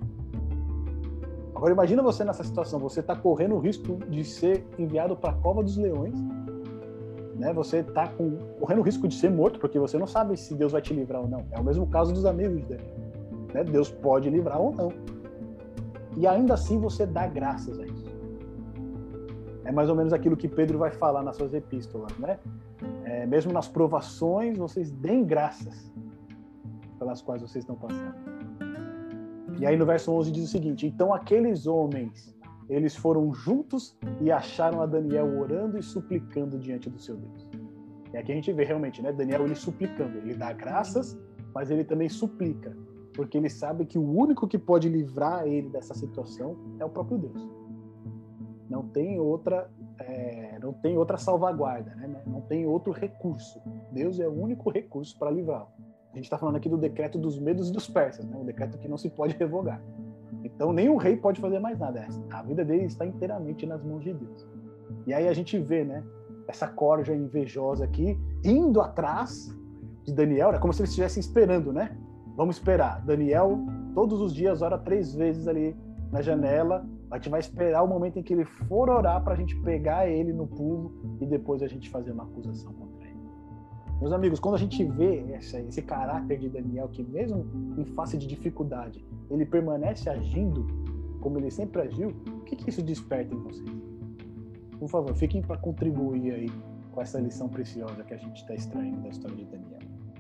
Agora imagina você nessa situação, você está correndo o risco de ser enviado para a cova dos leões, né? Você está correndo o risco de ser morto, porque você não sabe se Deus vai te livrar ou não. É o mesmo caso dos amigos de Daniel, né? Deus pode livrar ou não. E ainda assim você dá graças a isso. É mais ou menos aquilo que Pedro vai falar nas suas epístolas, né? Mesmo nas provações, vocês deem graças pelas quais vocês estão passando. E aí no verso 11 diz o seguinte: então aqueles homens, eles foram juntos e acharam a Daniel orando e suplicando diante do seu Deus. E aqui a gente vê realmente, né? Daniel ele suplicando, ele dá graças, mas ele também suplica, porque ele sabe que o único que pode livrar ele dessa situação é o próprio Deus. Não tem outra salvaguarda, né? Não tem outro recurso. Deus é o único recurso para livrá-lo. A gente está falando aqui do decreto dos medos e dos persas, né? Um decreto que não se pode revogar. Então nem o rei pode fazer mais nada. A vida dele está inteiramente nas mãos de Deus. E aí a gente vê, né, essa corja invejosa aqui indo atrás de Daniel, é como se eles estivessem esperando, né? Vamos esperar. Daniel todos os dias ora 3 vezes ali na janela. A gente vai esperar o momento em que ele for orar para a gente pegar ele no pulo e depois a gente fazer uma acusação contra ele. Meus amigos, quando a gente vê esse caráter de Daniel, que mesmo em face de dificuldade, ele permanece agindo como ele sempre agiu, o que isso desperta em vocês? Por favor, fiquem para contribuir aí com essa lição preciosa que a gente está extraindo da história de Daniel.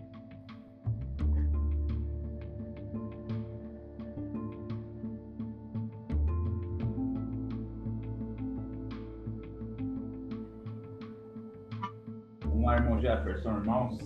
Vamos lá, irmão Jefferson, irmãos.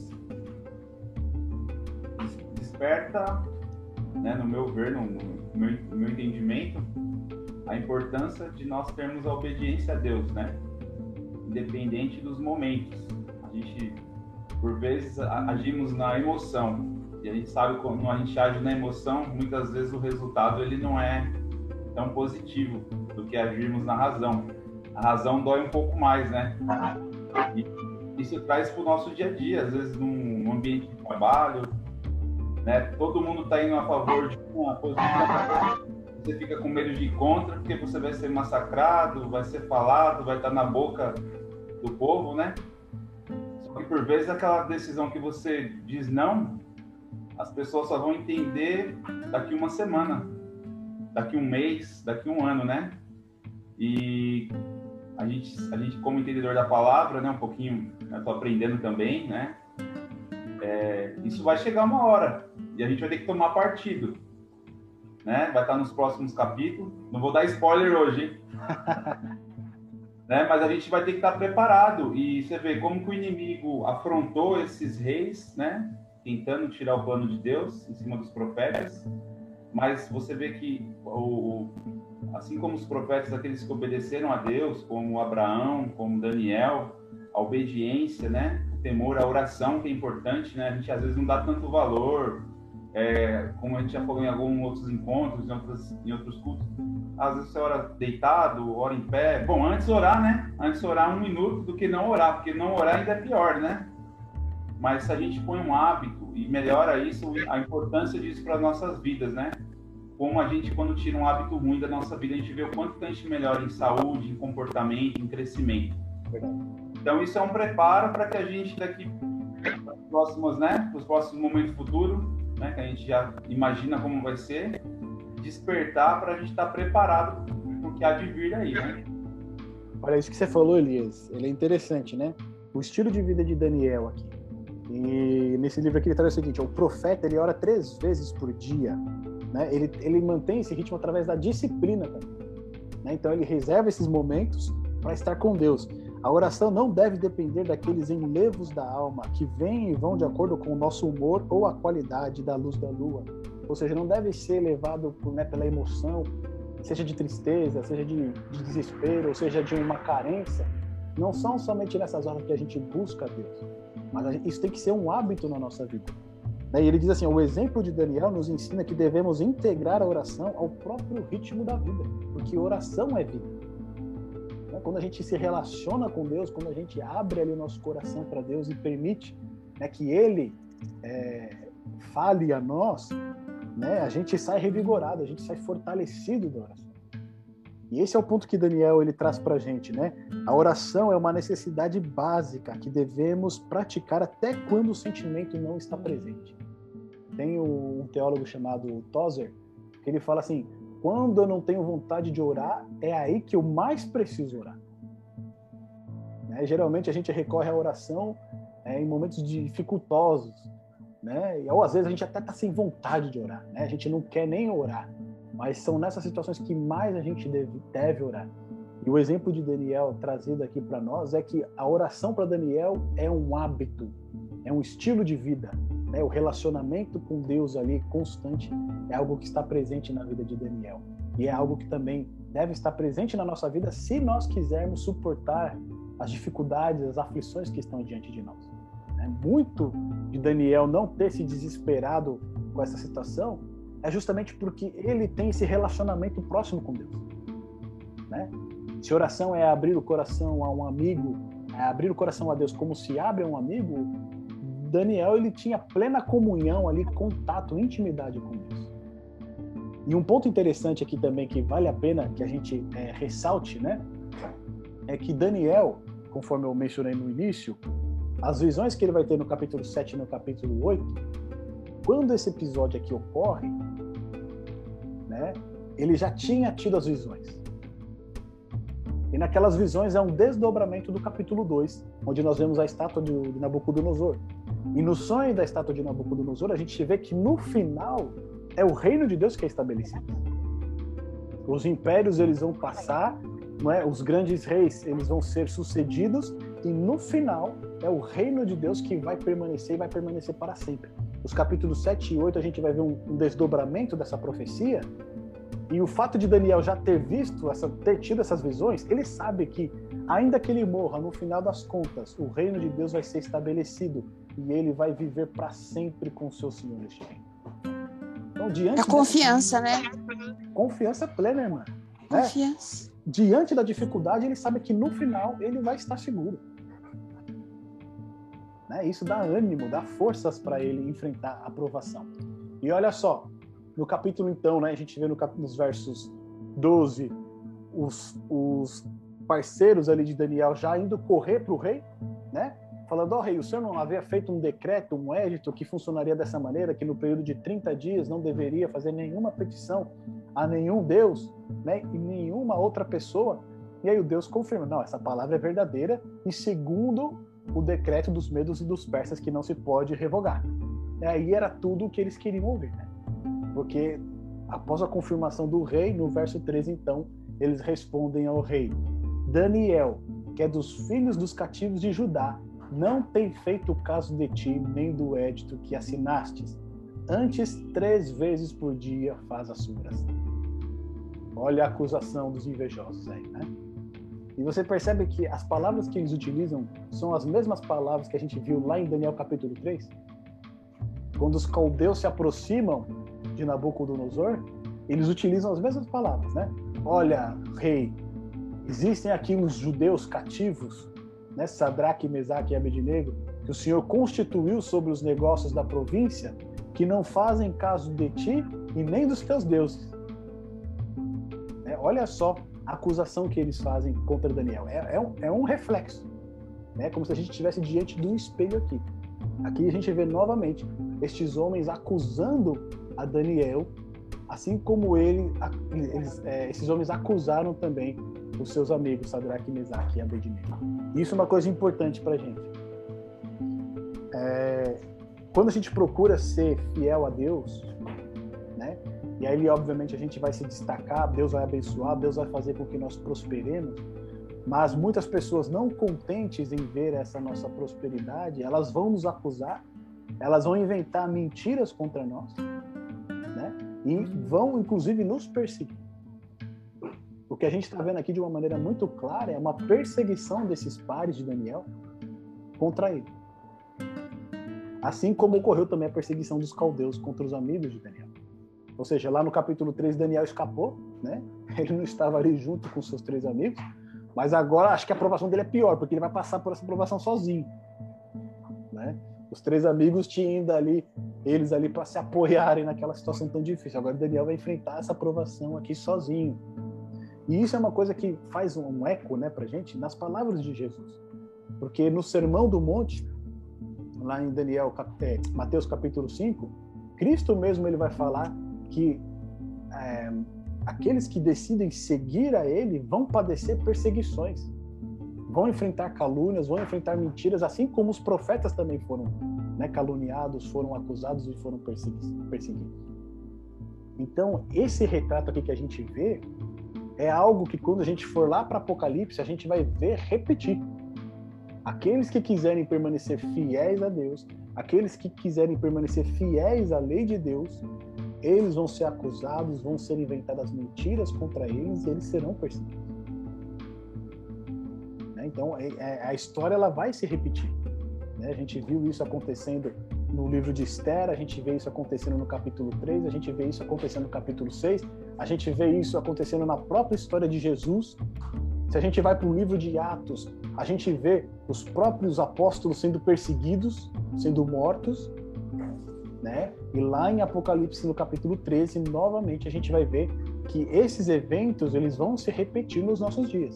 Desperta, né, no meu ver, no meu entendimento, a importância de nós termos a obediência a Deus, né? Independente dos momentos. A gente, por vezes, agimos na emoção. E a gente sabe que quando a gente age na emoção, muitas vezes o resultado ele não é tão positivo do que agirmos na razão. A razão dói um pouco mais, né? E isso traz para o nosso dia a dia, às vezes num ambiente de trabalho, né? Todo mundo está indo a favor de uma posição, você fica com medo de ir contra, porque você vai ser massacrado, vai ser falado, vai estar na boca do povo, né? Só que por vezes aquela decisão que você diz não, as pessoas só vão entender daqui uma semana, daqui um mês, daqui um ano, né? E a gente como entendedor da palavra, né, um pouquinho, eu tô aprendendo também, né? Isso vai chegar uma hora e a gente vai ter que tomar partido, né? Vai estar nos próximos capítulos. Não vou dar spoiler hoje, hein? Né? Mas a gente vai ter que estar preparado. E você vê como que o inimigo afrontou esses reis, né? Tentando tirar o plano de Deus em cima dos profetas. Mas você vê que assim como os profetas, aqueles que obedeceram a Deus, como Abraão, como Daniel, a obediência, né? O temor, a oração, que é importante, né? A gente às vezes não dá tanto valor, como a gente já falou em alguns outros encontros, em outros cultos. Às vezes você ora deitado, ora em pé. Bom, antes orar, né? Antes orar 1 minuto do que não orar, porque não orar ainda é pior, né? Mas se a gente põe um hábito e melhora isso, a importância disso para as nossas vidas, né? Como a gente, quando tira um hábito ruim da nossa vida, a gente vê o quanto que a gente melhora em saúde, em comportamento, em crescimento. Então, isso é um preparo para que a gente, daqui para os próximos momentos futuros, né, que a gente já imagina como vai ser, despertar para a gente estar preparado para o que há de vir aí, né? Olha, isso que você falou, Elias, ele é interessante, né? O estilo de vida de Daniel aqui. E nesse livro aqui ele traz o seguinte: o profeta, ele ora 3 vezes por dia, né? Ele mantém esse ritmo através da disciplina também. né? Então ele reserva esses momentos para estar com Deus. A oração não deve depender daqueles enlevos da alma que vêm e vão de acordo com o nosso humor ou a qualidade da luz da lua. Ou seja, não deve ser levado pela emoção, seja de tristeza, seja de desespero, ou seja de uma carência. Não são somente nessas horas que a gente busca a Deus, mas isso tem que ser um hábito na nossa vida. E ele diz assim, o exemplo de Daniel nos ensina que devemos integrar a oração ao próprio ritmo da vida, porque oração é vida. Quando a gente se relaciona com Deus, quando a gente abre ali o nosso coração para Deus e permite, né, que Ele fale a nós, né, a gente sai revigorado, a gente sai fortalecido da oração. E esse é o ponto que Daniel ele traz para a gente, né? A oração é uma necessidade básica que devemos praticar até quando o sentimento não está presente. Tem um teólogo chamado Tozer, que ele fala assim, quando eu não tenho vontade de orar, é aí que eu mais preciso orar. Né? Geralmente a gente recorre à oração em momentos dificultosos, né? Ou às vezes a gente até está sem vontade de orar, né? A gente não quer nem orar, mas são nessas situações que mais a gente deve orar. E o exemplo de Daniel trazido aqui para nós é que a oração para Daniel é um hábito, é um estilo de vida. O relacionamento com Deus ali constante é algo que está presente na vida de Daniel. E é algo que também deve estar presente na nossa vida se nós quisermos suportar as dificuldades, as aflições que estão diante de nós. Muito de Daniel não ter se desesperado com essa situação é justamente porque ele tem esse relacionamento próximo com Deus. Se oração é abrir o coração a um amigo, é abrir o coração a Deus como se abre a um amigo, Daniel ele tinha plena comunhão ali, contato, intimidade com Deus. E um ponto interessante aqui também que vale a pena que a gente ressalte, né, é que Daniel, conforme eu mencionei no início, as visões que ele vai ter no capítulo 7 e no capítulo 8, quando esse episódio aqui ocorre, né, ele já tinha tido as visões. E naquelas visões é um desdobramento do capítulo 2, onde nós vemos a estátua de Nabucodonosor. E no sonho da estátua de Nabucodonosor, a gente vê que no final é o reino de Deus que é estabelecido. Os impérios eles vão passar, não é? Os grandes reis eles vão ser sucedidos e no final é o reino de Deus que vai permanecer e vai permanecer para sempre. Os capítulos 7 e 8 a gente vai ver um desdobramento dessa profecia. E o fato de Daniel já ter ter tido essas visões, ele sabe que, ainda que ele morra, no final das contas, o reino de Deus vai ser estabelecido e ele vai viver para sempre com o seu Senhor neste reino. Então, diante confiança, né? Confiança plena, irmã. Confiança. Diante da dificuldade, ele sabe que no final ele vai estar seguro. Isso dá ânimo, dá forças para ele enfrentar a provação. E olha só, no capítulo, então, né, a gente vê nos versos 12 os parceiros ali de Daniel já indo correr para o rei, né? Falando, rei, o senhor não havia feito um decreto, um edito que funcionaria dessa maneira, que no período de 30 dias não deveria fazer nenhuma petição a nenhum Deus, né, e nenhuma outra pessoa? E aí o Deus confirma, não, essa palavra é verdadeira e segundo o decreto dos medos e dos persas que não se pode revogar. E aí era tudo o que eles queriam ouvir, né? Porque após a confirmação do rei, no verso 13, então, eles respondem ao rei, Daniel, que é dos filhos dos cativos de Judá, não tem feito caso de ti, nem do édito que assinastes. Antes, 3 vezes por dia faz a sua oração. Olha a acusação dos invejosos aí, né? E você percebe que as palavras que eles utilizam são as mesmas palavras que a gente viu lá em Daniel capítulo 3? Quando os caldeus se aproximam de Nabucodonosor, eles utilizam as mesmas palavras, né? Olha, rei, existem aqui uns judeus cativos, né? Sadraque, Mesaque e Abednego, que o Senhor constituiu sobre os negócios da província, que não fazem caso de ti e nem dos teus deuses. Olha só a acusação que eles fazem contra Daniel. É um reflexo, né? Como se a gente estivesse diante de um espelho aqui. Aqui a gente vê novamente estes homens acusando a Daniel, assim como esses homens acusaram também os seus amigos Sadraque, Mesaque e Abednego. Isso é uma coisa importante para a gente. Quando a gente procura ser fiel a Deus, né, E aí, obviamente, a gente vai se destacar, Deus vai abençoar, Deus vai fazer com que nós prosperemos. Mas muitas pessoas não contentes em ver essa nossa prosperidade, elas vão nos acusar, elas vão inventar mentiras contra nós, né? E vão, inclusive, nos perseguir. O que a gente está vendo aqui de uma maneira muito clara é uma perseguição desses pares de Daniel contra ele. Assim como ocorreu também a perseguição dos caldeus contra os amigos de Daniel. Ou seja, lá no capítulo 3, Daniel escapou, né? Ele não estava ali junto com seus 3 amigos, mas agora acho que a aprovação dele é pior, porque ele vai passar por essa aprovação sozinho, né? Os 3 amigos tinham ainda eles ali para se apoiarem naquela situação tão difícil. Agora Daniel vai enfrentar essa aprovação aqui sozinho. E isso é uma coisa que faz um eco, né, pra gente nas palavras de Jesus. Porque no Sermão do Monte, lá em Mateus capítulo 5, Cristo mesmo ele vai falar que aqueles que decidem seguir a ele vão padecer perseguições, vão enfrentar calúnias, vão enfrentar mentiras, assim como os profetas também foram, né, caluniados, foram acusados e foram perseguidos. Então, esse retrato aqui que a gente vê é algo que quando a gente for lá para Apocalipse, a gente vai ver repetir. Aqueles que quiserem permanecer fiéis a Deus, aqueles que quiserem permanecer fiéis à lei de Deus, eles vão ser acusados, vão ser inventadas mentiras contra eles e eles serão perseguidos. Então, a história ela vai se repetir. A gente viu isso acontecendo no livro de Esther, a gente vê isso acontecendo no capítulo 3, a gente vê isso acontecendo no capítulo 6, a gente vê isso acontecendo na própria história de Jesus. Se a gente vai para o livro de Atos, a gente vê os próprios apóstolos sendo perseguidos, sendo mortos, né? E lá em Apocalipse, no capítulo 13, novamente a gente vai ver que esses eventos eles vão se repetir nos nossos dias.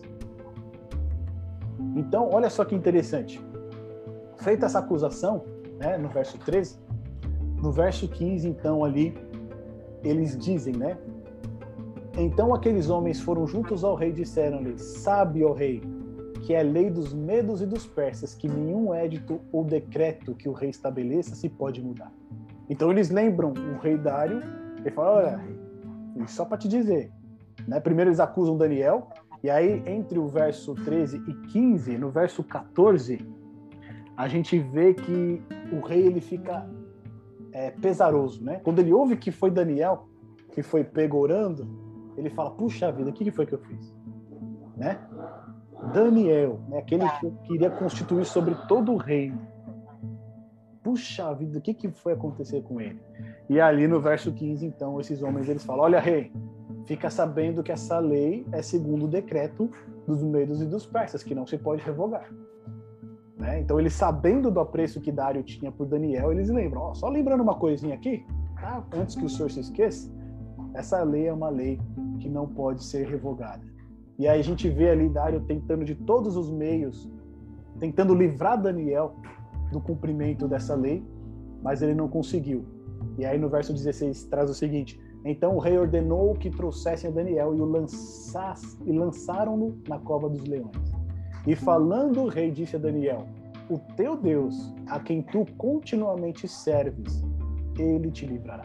Então, olha só que interessante. Feita essa acusação, né, no verso 13, no verso 15, então, ali, eles dizem, né? Então aqueles homens foram juntos ao rei e disseram-lhe: sabe, ó rei, que é lei dos medos e dos persas que nenhum édito ou decreto que o rei estabeleça se pode mudar. Então eles lembram o rei Dário e falam: olha, só para te dizer, né? Primeiro eles acusam Daniel, e aí entre o verso 13 e 15, no verso 14, a gente vê que o rei ele fica pesaroso, né? Quando ele ouve que foi Daniel que foi pego orando, ele fala: puxa vida, o que foi que eu fiz? Né? Daniel, né? Aquele que eu queria constituir sobre todo o reino. Puxa vida, o que foi acontecer com ele? E ali no verso 15, então, esses homens eles falam: olha, rei, fica sabendo que essa lei é segundo o decreto dos medos e dos persas, que não se pode revogar. Né? Então, eles sabendo do apreço que Dário tinha por Daniel, eles lembram: só lembrando uma coisinha aqui, tá? Antes que o senhor se esqueça, essa lei é uma lei que não pode ser revogada. E aí a gente vê ali Dário tentando de todos os meios, tentando livrar Daniel do cumprimento dessa lei, mas ele não conseguiu. E aí no verso 16 traz o seguinte: então o rei ordenou que trouxessem a Daniel e lançaram-no na cova dos leões. E falando o rei disse a Daniel: o teu Deus, a quem tu continuamente serves, ele te livrará.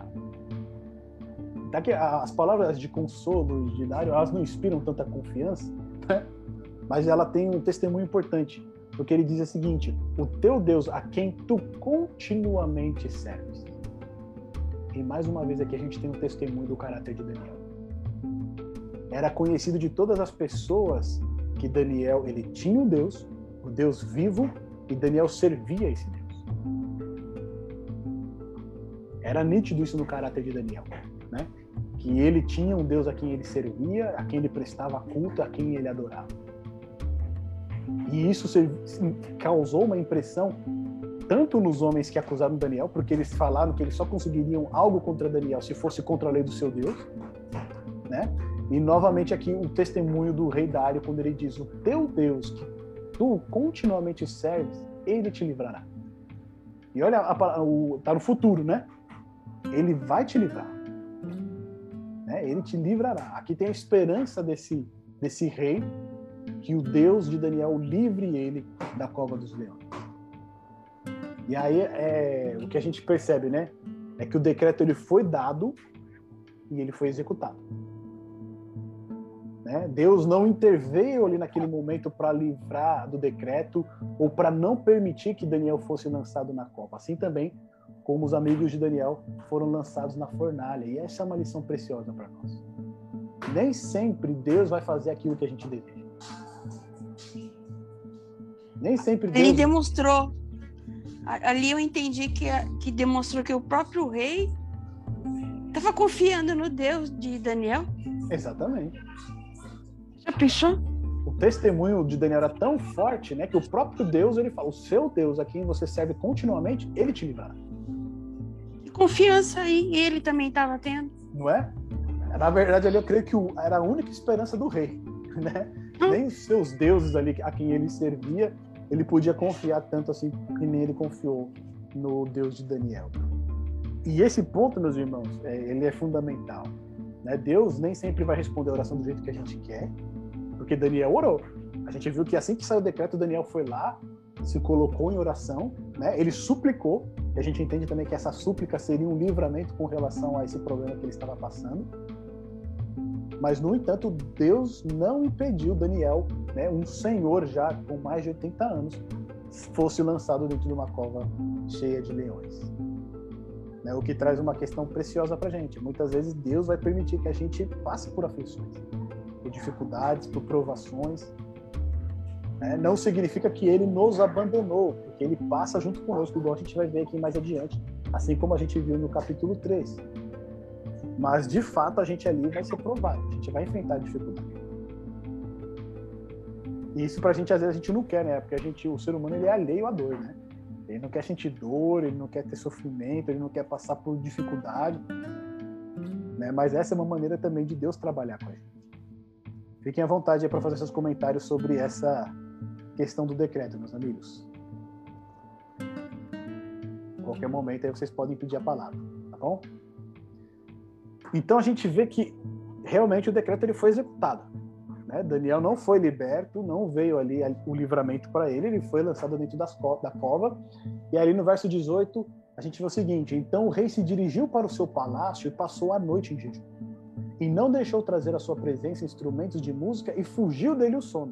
As palavras de consolo de Dário, elas não inspiram tanta confiança, né? Mas ela tem um testemunho importante, porque ele diz o seguinte: o teu Deus, a quem tu continuamente serves. E mais uma vez aqui a gente tem um testemunho do caráter de Daniel. Era conhecido de todas as pessoas que Daniel, ele tinha um Deus, o Deus vivo, e Daniel servia esse Deus. Era nítido isso no caráter de Daniel, né? Que ele tinha um Deus a quem ele servia, a quem ele prestava culto, a quem ele adorava. E isso causou uma impressão tanto nos homens que acusaram Daniel, porque eles falaram que eles só conseguiriam algo contra Daniel se fosse contra a lei do seu Deus, né? E novamente aqui o testemunho do rei Dário, quando ele diz: o teu Deus que tu continuamente serves, ele te livrará. E olha, tá no futuro, né? Ele vai te livrar. Né? Ele te livrará. Aqui tem a esperança desse rei, que o Deus de Daniel livre ele da cova dos leões. E aí o que a gente percebe, né? É que o decreto ele foi dado, e ele foi executado. Né? Deus não interveio ali naquele momento para livrar do decreto ou para não permitir que Daniel fosse lançado na cova. Assim também como os amigos de Daniel foram lançados na fornalha. E essa é uma lição preciosa para nós. Nem sempre Deus vai fazer aquilo que a gente deseja. Nem sempre Deus... Ele demonstrou. Ali eu entendi que demonstrou que o próprio rei estava confiando no Deus de Daniel. Exatamente. Já pensou? O testemunho de Daniel era tão forte, né, que o próprio Deus, ele fala, o seu Deus, a quem você serve continuamente, ele te livrará. Que confiança aí ele também estava tendo. Não é? Na verdade, ali eu creio que era a única esperança do rei, né? Nem os seus deuses ali, a quem ele servia, ele podia confiar tanto assim, que nem ele confiou no Deus de Daniel. E esse ponto, meus irmãos, ele é fundamental. Né? Deus nem sempre vai responder a oração do jeito que a gente quer, porque Daniel orou. A gente viu que assim que saiu o decreto, Daniel foi lá, se colocou em oração, né? Ele suplicou, e a gente entende também que essa súplica seria um livramento com relação a esse problema que ele estava passando. Mas, no entanto, Deus não impediu Daniel, né, um senhor já com mais de 80 anos, fosse lançado dentro de uma cova cheia de leões. Né, o que traz uma questão preciosa para a gente. Muitas vezes Deus vai permitir que a gente passe por aflições, por dificuldades, por provações. Né? Não significa que Ele nos abandonou, porque Ele passa junto conosco, igual a gente vai ver aqui mais adiante, assim como a gente viu no capítulo 3. Mas, de fato, a gente ali vai ser provado. A gente vai enfrentar dificuldade. E isso pra gente, às vezes, a gente não quer, né? Porque o ser humano, ele é alheio à dor, né? Ele não quer sentir dor, ele não quer ter sofrimento, ele não quer passar por dificuldade. Né? Mas essa é uma maneira também de Deus trabalhar com a gente. Fiquem à vontade aí para fazer seus comentários sobre essa questão do decreto, meus amigos. Em qualquer momento aí vocês podem pedir a palavra, tá bom? Então a gente vê que realmente o decreto ele foi executado. Né? Daniel não foi liberto, não veio ali o livramento para ele foi lançado dentro da cova. E ali no verso 18 a gente vê o seguinte: então o rei se dirigiu para o seu palácio e passou a noite em jejum. E não deixou trazer à sua presença instrumentos de música e fugiu dele o sono.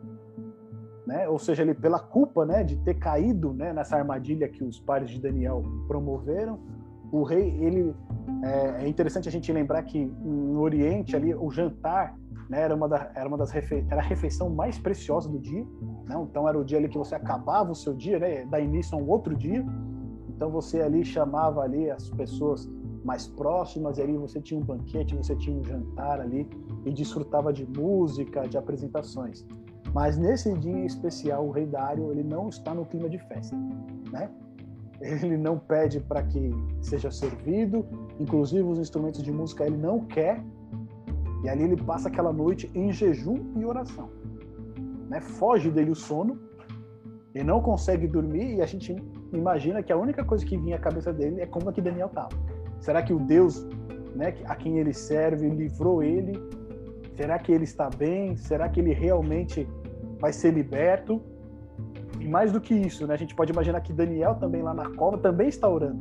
Né? Ou seja, ele pela culpa, né, de ter caído, né, nessa armadilha que os pares de Daniel promoveram, o rei, é interessante a gente lembrar que no Oriente ali o jantar, né, era a refeição mais preciosa do dia, né? Então era o dia ali que você acabava o seu dia, né, dá início a um outro dia. Então você ali chamava ali as pessoas mais próximas, e ali você tinha um banquete, você tinha um jantar ali e desfrutava de música, de apresentações. Mas nesse dia em especial, o rei Dário, ele não está no clima de festa, né? Ele não pede para que seja servido, inclusive os instrumentos de música ele não quer, e ali ele passa aquela noite em jejum e oração, né? Foge dele o sono, ele não consegue dormir, e a gente imagina que a única coisa que vinha à cabeça dele é como é que Daniel estava. Será que o Deus, né, a quem ele serve livrou ele? Será que ele está bem? Será que ele realmente vai ser liberto? E mais do que isso, né, a gente pode imaginar que Daniel também lá na cova também está orando,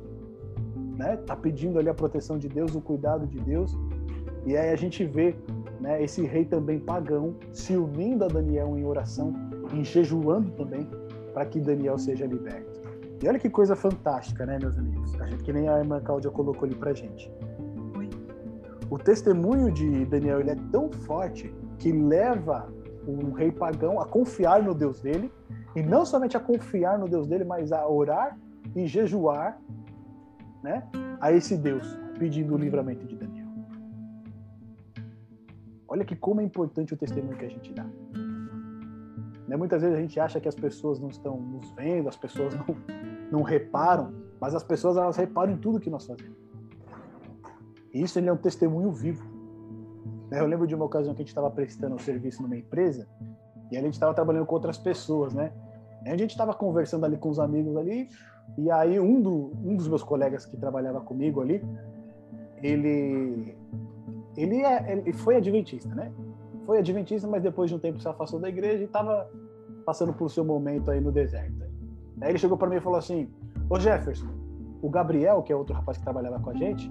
né? Está pedindo ali a proteção de Deus, o cuidado de Deus. E aí a gente vê, né, esse rei também pagão se unindo a Daniel em oração, em jejuando também para que Daniel seja liberto. E olha que coisa fantástica, né, meus amigos? Que nem a irmã Cláudia colocou ali pra gente. O testemunho de Daniel ele é tão forte que leva o rei pagão a confiar no Deus dele, e não somente a confiar no Deus dele, mas a orar e jejuar, né, a esse Deus, pedindo o livramento de Daniel. Olha que como é importante o testemunho que a gente dá. Né? Muitas vezes a gente acha que as pessoas não estão nos vendo, as pessoas não reparam, mas as pessoas elas reparam em tudo que nós fazemos. E isso ele é um testemunho vivo. Eu lembro de uma ocasião que a gente estava prestando um serviço numa empresa, e a gente estava trabalhando com outras pessoas, né? E a gente estava conversando ali com os amigos ali, e aí um dos meus colegas que trabalhava comigo ali, ele foi adventista, né? Foi adventista, mas depois de um tempo se afastou da igreja e estava passando por seu momento aí no deserto. Aí ele chegou para mim e falou assim: ô Jefferson, o Gabriel, que é outro rapaz que trabalhava com a gente,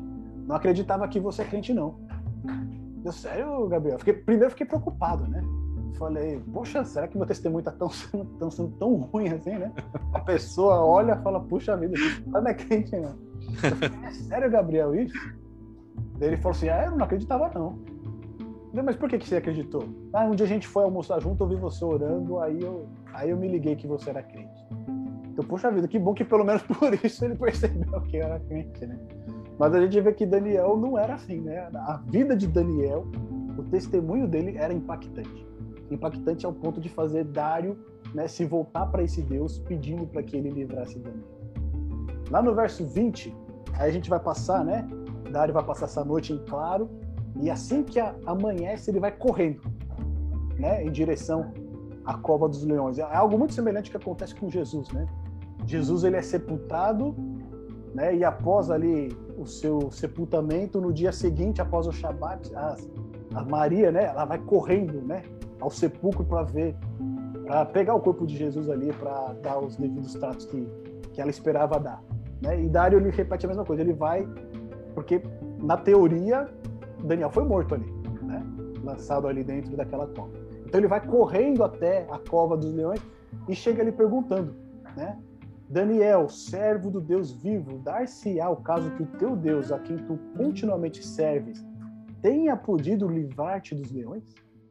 não acreditava que você é crente, não. Deu sério, Gabriel? Primeiro eu fiquei preocupado, né? Falei, poxa, será que meu testemunho tá sendo tão ruim assim, né? A pessoa olha e fala, puxa vida, não é crente, não. Eu falei, é sério, Gabriel, isso? Daí ele falou assim, eu não acreditava, não. Mas por que você acreditou? Um dia a gente foi almoçar junto, eu vi você orando, aí eu me liguei que você era crente. Então, puxa vida, que bom que pelo menos por isso ele percebeu que eu era crente, né? Mas a gente vê que Daniel não era assim, né? A vida de Daniel, o testemunho dele era impactante. Impactante ao ponto de fazer Dário, né, se voltar para esse Deus pedindo para que ele livrasse Daniel. Lá no verso 20, aí a gente vai passar, né? Dário vai passar essa noite em claro, e assim que amanhece, ele vai correndo, né, em direção à cova dos leões. É algo muito semelhante que acontece com Jesus, né? Jesus, ele é sepultado, né, e após ali o seu sepultamento, no dia seguinte, após o Shabat, a Maria, né, ela vai correndo, né, ao sepulcro para pegar o corpo de Jesus ali, para dar os devidos tratos que ela esperava dar, né? E Dário, ele repete a mesma coisa, ele vai, porque na teoria Daniel foi morto ali, né, lançado ali dentro daquela cova. Então ele vai correndo até a cova dos leões e chega ali perguntando, né, Daniel, servo do Deus vivo, dar-se-á o caso que o teu Deus, a quem tu continuamente serves, tenha podido livrar-te dos leões?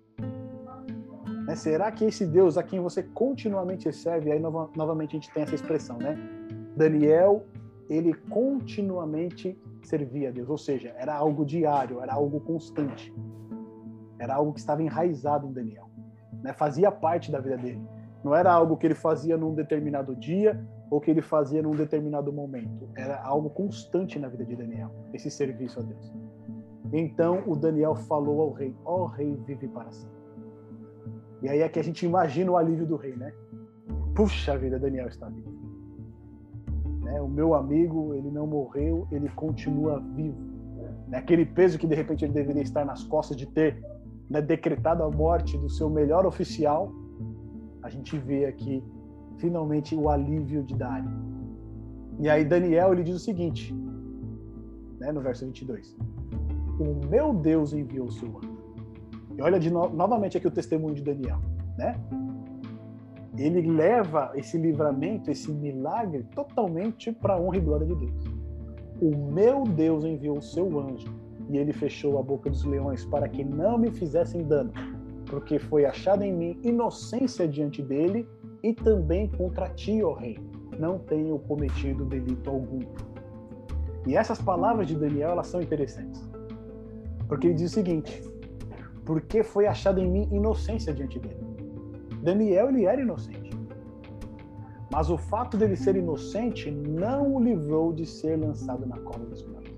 Né? Será que esse Deus a quem você continuamente serve, aí novamente a gente tem essa expressão, né? Daniel, ele continuamente servia a Deus, ou seja, era algo diário, era algo constante, era algo que estava enraizado em Daniel, né? Fazia parte da vida dele. Não era algo que ele fazia num determinado dia ou que ele fazia num determinado momento. Era algo constante na vida de Daniel, esse serviço a Deus. Então o Daniel falou ao rei, ó rei, vive para sempre. E aí é que a gente imagina o alívio do rei, né? Puxa vida, Daniel está vivo. Né? O meu amigo, ele não morreu, ele continua vivo. Né? Aquele peso que de repente ele deveria estar nas costas de ter, né, decretado a morte do seu melhor oficial, a gente vê aqui finalmente o alívio de Dário. E aí Daniel, ele diz o seguinte, né, no verso 22. O meu Deus enviou o seu anjo. E olha novamente aqui o testemunho de Daniel, né? Ele leva esse livramento, esse milagre totalmente para a honra e glória de Deus. O meu Deus enviou o seu anjo e ele fechou a boca dos leões para que não me fizessem dano, porque foi achada em mim inocência diante dele e também contra ti, ó rei. Não tenho cometido delito algum. E essas palavras de Daniel, elas são interessantes. Porque ele diz o seguinte, porque foi achada em mim inocência diante dele. Daniel, ele era inocente. Mas o fato dele ser inocente não o livrou de ser lançado na cova dos leões.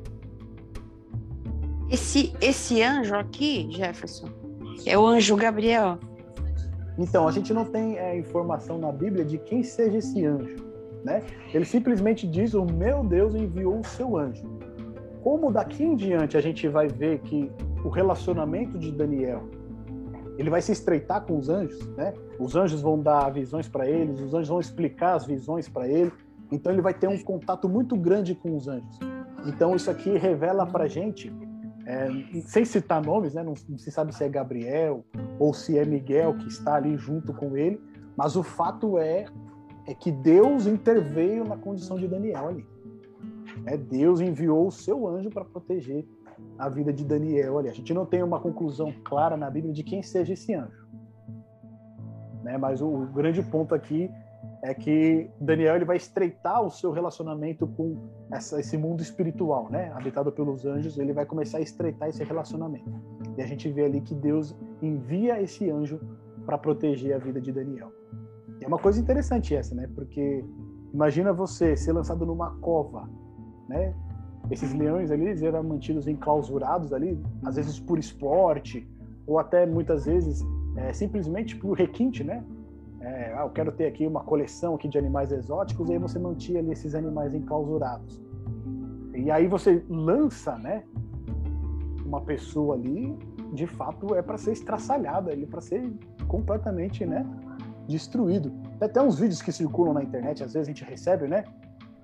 Esse anjo aqui, Jefferson, é o anjo Gabriel. Então, a gente não tem informação na Bíblia de quem seja esse anjo, né? Ele simplesmente diz, o meu Deus enviou o seu anjo. Como daqui em diante a gente vai ver que o relacionamento de Daniel, ele vai se estreitar com os anjos, né? Os anjos vão dar visões para eles, os anjos vão explicar as visões para ele, então ele vai ter um contato muito grande com os anjos. Então isso aqui revela para a gente, sem citar nomes, né? Não se sabe se é Gabriel ou se é Miguel que está ali junto com ele, mas o fato é que Deus interveio na condição de Daniel ali. Deus enviou o seu anjo para proteger a vida de Daniel ali. A gente não tem uma conclusão clara na Bíblia de quem seja esse anjo, né? Mas o grande ponto aqui é que Daniel, ele vai estreitar o seu relacionamento com esse mundo espiritual, né? Habitado pelos anjos, ele vai começar a estreitar esse relacionamento. E a gente vê ali que Deus envia esse anjo para proteger a vida de Daniel. E é uma coisa interessante essa, né? Porque imagina você ser lançado numa cova, né? Esses leões ali, eles eram mantidos enclausurados ali, às vezes por esporte, ou até muitas vezes simplesmente por requinte, né? Eu quero ter aqui uma coleção aqui de animais exóticos, e aí você mantinha ali esses animais enclausurados. E aí você lança, né, uma pessoa ali, de fato é para ser estraçalhada, para ser completamente, né, destruído. Tem até uns vídeos que circulam na internet, às vezes a gente recebe, né?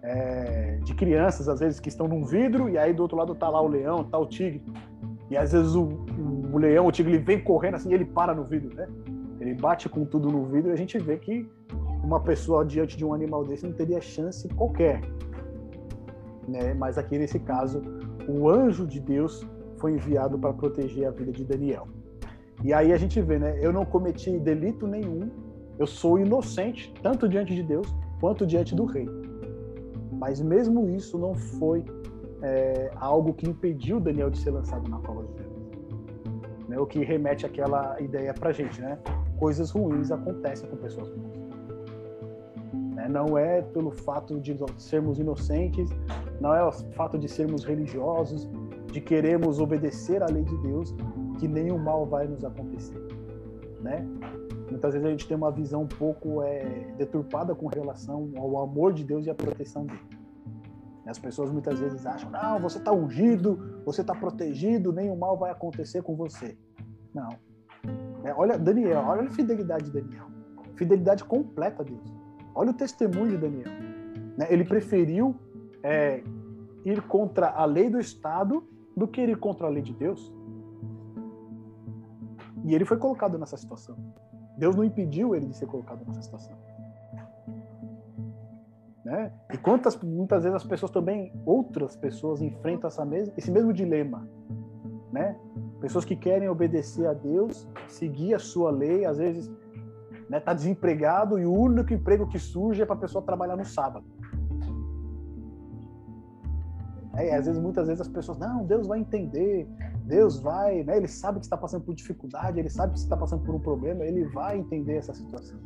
de crianças, às vezes, que estão num vidro, e aí do outro lado tá lá o leão, tá o tigre. E às vezes o leão, o tigre, ele vem correndo assim e ele para no vidro, né? Ele bate com tudo no vidro e a gente vê que uma pessoa diante de um animal desse não teria chance qualquer, né? Mas aqui nesse caso, o anjo de Deus foi enviado para proteger a vida de Daniel. E aí a gente vê, né? Eu não cometi delito nenhum, eu sou inocente, tanto diante de Deus quanto diante do rei. Mas mesmo isso não foi algo que impediu Daniel de ser lançado na cova dos leões. Né? O que remete àquela ideia pra gente, né? Coisas ruins acontecem com pessoas ruins. Né? Não é pelo fato de sermos inocentes, não é o fato de sermos religiosos, de querermos obedecer à lei de Deus, que nenhum mal vai nos acontecer. Né? Muitas vezes a gente tem uma visão um pouco deturpada com relação ao amor de Deus e à proteção dele. As pessoas muitas vezes acham, não, você está ungido, você está protegido, nenhum mal vai acontecer com você. Não. Olha Daniel, olha a fidelidade de Daniel. Fidelidade completa a Deus. Olha o testemunho de Daniel. Ele preferiu ir contra a lei do Estado do que ir contra a lei de Deus. E ele foi colocado nessa situação. Deus não impediu ele de ser colocado nessa situação. Né? E muitas vezes as pessoas também, outras pessoas enfrentam esse mesmo dilema, né? Pessoas que querem obedecer a Deus, seguir a sua lei, às vezes tá desempregado e o único emprego que surge é para a pessoa trabalhar no sábado. Às vezes, muitas vezes as pessoas, não, Deus vai entender, Deus vai, né? Ele sabe que está passando por dificuldade, ele sabe que você está passando por um problema, ele vai entender essa situação,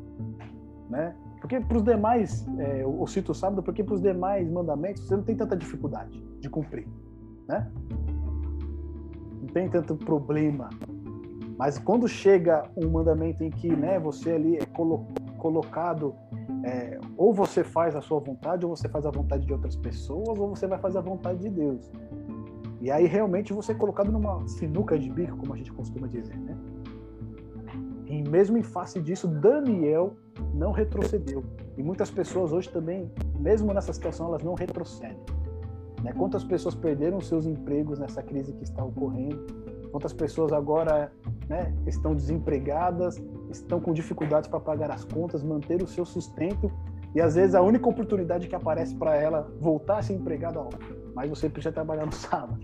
né? Porque para os demais, eu cito o sábado, porque para os demais mandamentos você não tem tanta dificuldade de cumprir, né? Não tem tanto problema. Mas quando chega um mandamento em que, né, você ali é colocado, ou você faz a sua vontade, ou você faz a vontade de outras pessoas, ou você vai fazer a vontade de Deus. E aí realmente você é colocado numa sinuca de bico, como a gente costuma dizer, né? E mesmo em face disso, Daniel não retrocedeu. E muitas pessoas hoje também, mesmo nessa situação, elas não retrocedem. Né? Quantas pessoas perderam seus empregos nessa crise que está ocorrendo? Quantas pessoas agora, né, estão desempregadas, estão com dificuldades para pagar as contas, manter o seu sustento, e às vezes a única oportunidade que aparece para ela voltar a ser empregada, mas você precisa trabalhar no sábado.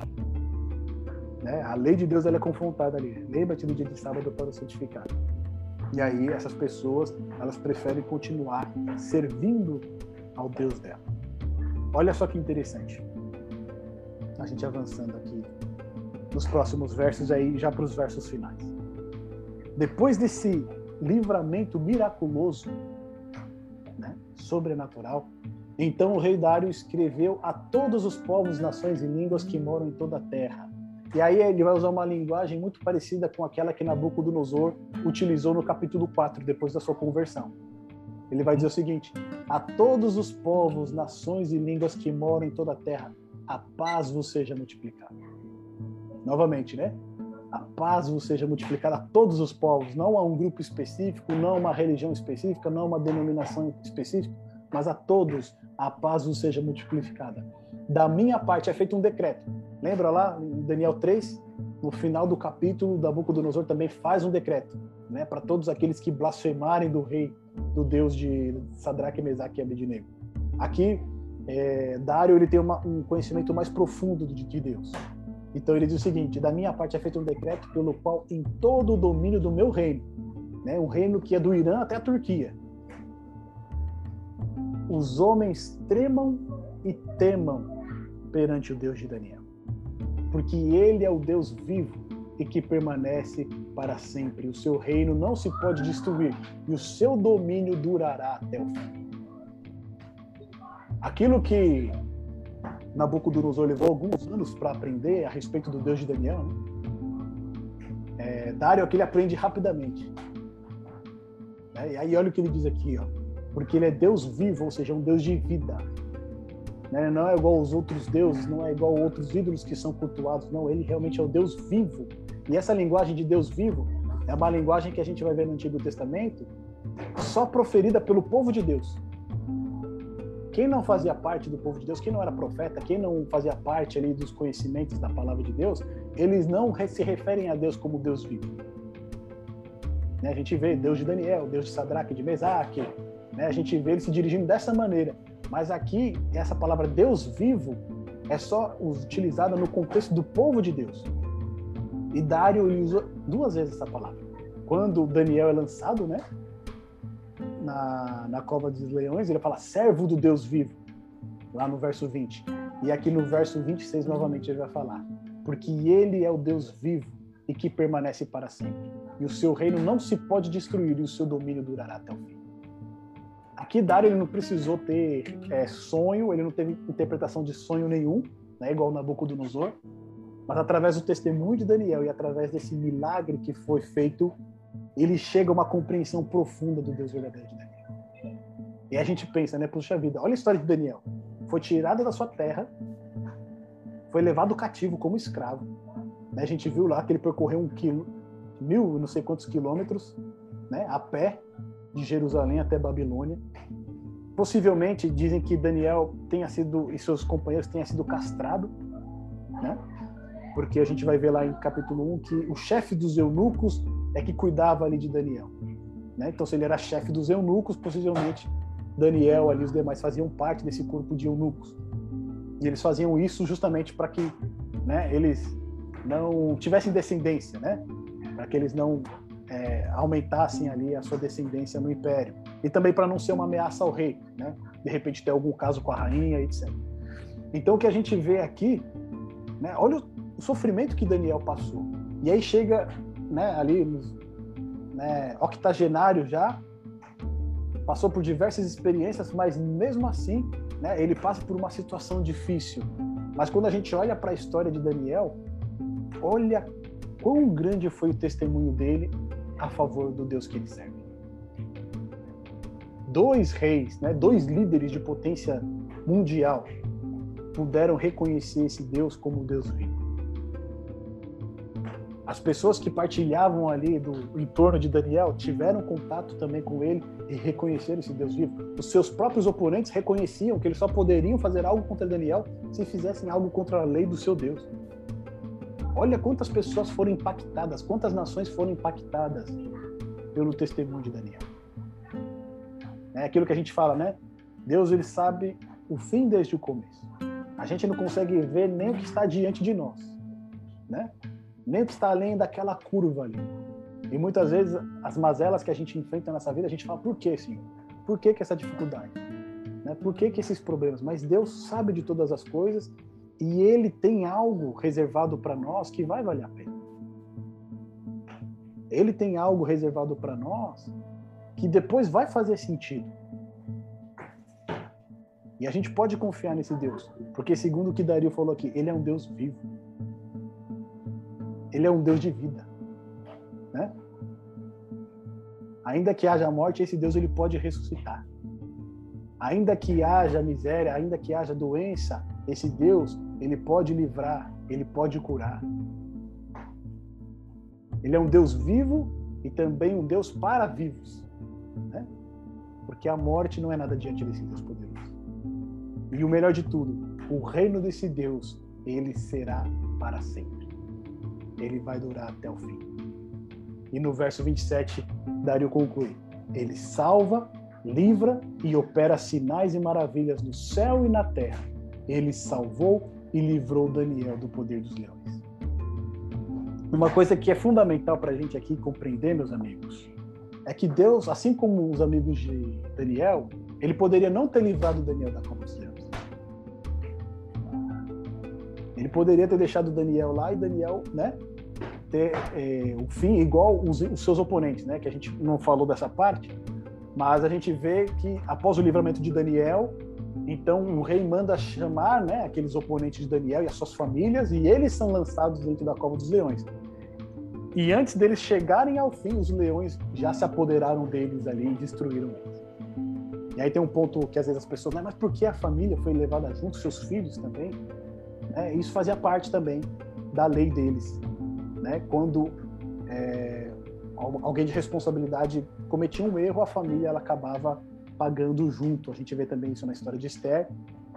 Né? A lei de Deus ela é confrontada ali. Lembra-te do dia de sábado para o santificado. E aí essas pessoas, elas preferem continuar servindo ao Deus dela. Olha só que interessante. A gente avançando aqui nos próximos versos aí, já para os versos finais. Depois desse livramento miraculoso, né, sobrenatural, então o rei Dário escreveu a todos os povos, nações e línguas que moram em toda a terra. E aí ele vai usar uma linguagem muito parecida com aquela que Nabucodonosor utilizou no capítulo 4, depois da sua conversão. Ele vai dizer o seguinte: a todos os povos, nações e línguas que moram em toda a terra, a paz vos seja multiplicada. Novamente, né? A paz vos seja multiplicada a todos os povos, não a um grupo específico, não a uma religião específica, não a uma denominação específica, mas a todos a paz vos seja multiplicada. Da minha parte é feito um decreto. Lembra lá em Daniel 3? No final do capítulo, Nabucodonosor também faz um decreto, né, para todos aqueles que blasfemarem do rei, do Deus de Sadraque, Mesaque e Abednego. Aqui, Dário ele tem um conhecimento mais profundo de Deus. Então ele diz o seguinte: da minha parte é feito um decreto pelo qual em todo o domínio do meu reino, né, um reino que é do Irã até a Turquia, os homens tremam e temam perante o Deus de Daniel, porque ele é o Deus vivo e que permanece para sempre. O seu reino não se pode destruir e o seu domínio durará até o fim. Aquilo que Nabucodonosor levou alguns anos para aprender a respeito do Deus de Daniel, né? Dário aqui ele aprende rapidamente. E aí olha o que ele diz aqui, ó, porque ele é Deus vivo, ou seja, um Deus de vida. Né? Não é igual aos outros deuses, não é igual a outros ídolos que são cultuados, não, ele realmente é o Deus vivo. E essa linguagem de Deus vivo é uma linguagem que a gente vai ver no Antigo Testamento só proferida pelo povo de Deus. quem não fazia parte do povo de Deus, quem não era profeta, quem não fazia parte ali dos conhecimentos da palavra de Deus, eles não se referem a Deus como Deus vivo. Né? A gente vê Deus de Daniel, Deus de Sadraque, de Mesaque, né? A gente vê ele se dirigindo dessa maneira. Mas aqui, essa palavra Deus vivo é só utilizada no contexto do povo de Deus. E Dário usou 2 vezes essa palavra. Quando Daniel é lançado, né, na cova dos leões, ele fala servo do Deus vivo, lá no verso 20. E aqui no verso 26, novamente, ele vai falar porque ele é o Deus vivo e que permanece para sempre. E o seu reino não se pode destruir e o seu domínio durará até o fim. Aqui Dário ele não precisou ter sonho, ele não teve interpretação de sonho nenhum, né, igual Nabucodonosor, mas através do testemunho de Daniel e através desse milagre que foi feito, ele chega a uma compreensão profunda do Deus verdadeiro de Daniel. E a gente pensa, né, puxa vida, olha a história de Daniel. Foi tirado da sua terra, foi levado cativo como escravo. Né, a gente viu lá que ele percorreu 1.000, não sei quantos quilômetros, né, a pé, de Jerusalém até Babilônia. Possivelmente dizem que Daniel tenha sido, e seus companheiros tenham sido castrados, né? Porque a gente vai ver lá em capítulo 1 que o chefe dos eunucos é que cuidava ali de Daniel, né? Então se ele era chefe dos eunucos, possivelmente Daniel ali, os demais faziam parte desse corpo de eunucos. E eles faziam isso justamente para que, né, eles não tivessem descendência, né? Para que eles não aumentassem ali a sua descendência no império. E também para não ser uma ameaça ao rei, né? De repente ter algum caso com a rainha, etc. Então o que a gente vê aqui, né? Olha o sofrimento que Daniel passou. E aí chega, né, ali, né, octogenário já, passou por diversas experiências, mas mesmo assim, né, ele passa por uma situação difícil. Mas quando a gente olha para a história de Daniel, olha quão grande foi o testemunho dele a favor do Deus que ele serve. 2 reis, né, 2 líderes de potência mundial puderam reconhecer esse Deus como Deus vivo. As pessoas que partilhavam ali do entorno de Daniel tiveram contato também com ele e reconheceram esse Deus vivo. Os seus próprios oponentes reconheciam que eles só poderiam fazer algo contra Daniel se fizessem algo contra a lei do seu Deus. Olha quantas pessoas foram impactadas, quantas nações foram impactadas pelo testemunho de Daniel. É aquilo que a gente fala, né? Deus, ele sabe o fim desde o começo. A gente não consegue ver nem o que está diante de nós, né? Nem o que está além daquela curva ali. E muitas vezes as mazelas que a gente enfrenta nessa vida, a gente fala, por que, Senhor? Por que essa dificuldade? Né? Por que esses problemas? Mas Deus sabe de todas as coisas e Ele tem algo reservado para nós que vai valer a pena. Ele tem algo reservado para nós que depois vai fazer sentido. E a gente pode confiar nesse Deus, porque segundo o que Dario falou aqui, Ele é um Deus vivo. Ele é um Deus de vida, né? Ainda que haja morte, esse Deus ele pode ressuscitar. Ainda que haja miséria, ainda que haja doença, esse Deus ele pode livrar, ele pode curar. Ele é um Deus vivo e também um Deus para vivos, né? Porque a morte não é nada diante desse Deus poderoso. E o melhor de tudo, o reino desse Deus, ele será para sempre. Ele vai durar até o fim. E no verso 27, Dario conclui: Ele salva, livra e opera sinais e maravilhas no céu e na terra. Ele salvou e livrou Daniel do poder dos leões. Uma coisa que é fundamental para a gente aqui compreender, meus amigos, é que Deus, assim como os amigos de Daniel, ele poderia não ter livrado Daniel da cova dos leões. Ele poderia ter deixado Daniel lá e Daniel, né, ter o fim igual os seus oponentes, né, que a gente não falou dessa parte, mas a gente vê que após o livramento de Daniel, então o rei manda chamar, né, aqueles oponentes de Daniel e as suas famílias, e eles são lançados dentro da cova dos leões. E antes deles chegarem ao fim, os leões já se apoderaram deles ali e destruíram eles. E aí tem um ponto que às vezes as pessoas, mas por que a família foi levada junto, seus filhos também? Isso fazia parte também da lei deles, né? Quando alguém de responsabilidade cometia um erro, a família ela acabava pagando junto. A gente vê também isso na história de Esther.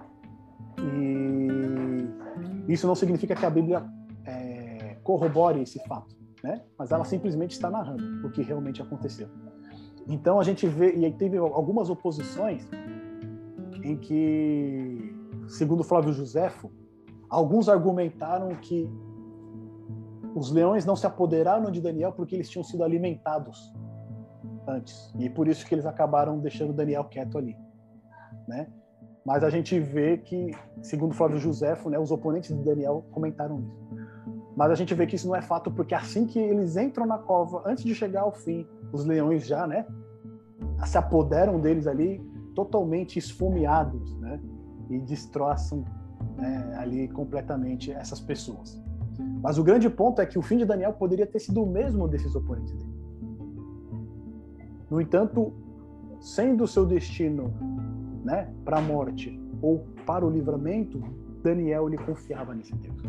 E isso não significa que a Bíblia corrobore esse fato, né? Mas ela simplesmente está narrando o que realmente aconteceu. Então a gente vê, e aí teve algumas oposições em que, segundo Flávio Joséfo, alguns argumentaram que os leões não se apoderaram de Daniel porque eles tinham sido alimentados antes, e por isso que eles acabaram deixando Daniel quieto ali, né? Mas a gente vê que, segundo Flávio Joséfo, né, os oponentes de Daniel comentaram isso. Mas a gente vê que isso não é fato, porque assim que eles entram na cova, antes de chegar ao fim, os leões já, né, se apoderam deles ali, totalmente esfomeados, né, e destroçam, né, ali completamente essas pessoas. Mas o grande ponto é que o fim de Daniel poderia ter sido o mesmo desses oponentes dele. No entanto, sendo o seu destino, né, para a morte ou para o livramento, Daniel lhe confiava nesse Deus.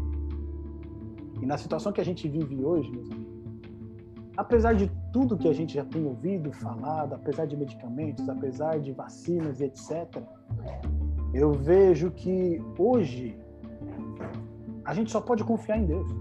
E na situação que a gente vive hoje, meus amigos, apesar de tudo que a gente já tem ouvido, falado, apesar de medicamentos, apesar de vacinas e etc., eu vejo que hoje a gente só pode confiar em Deus.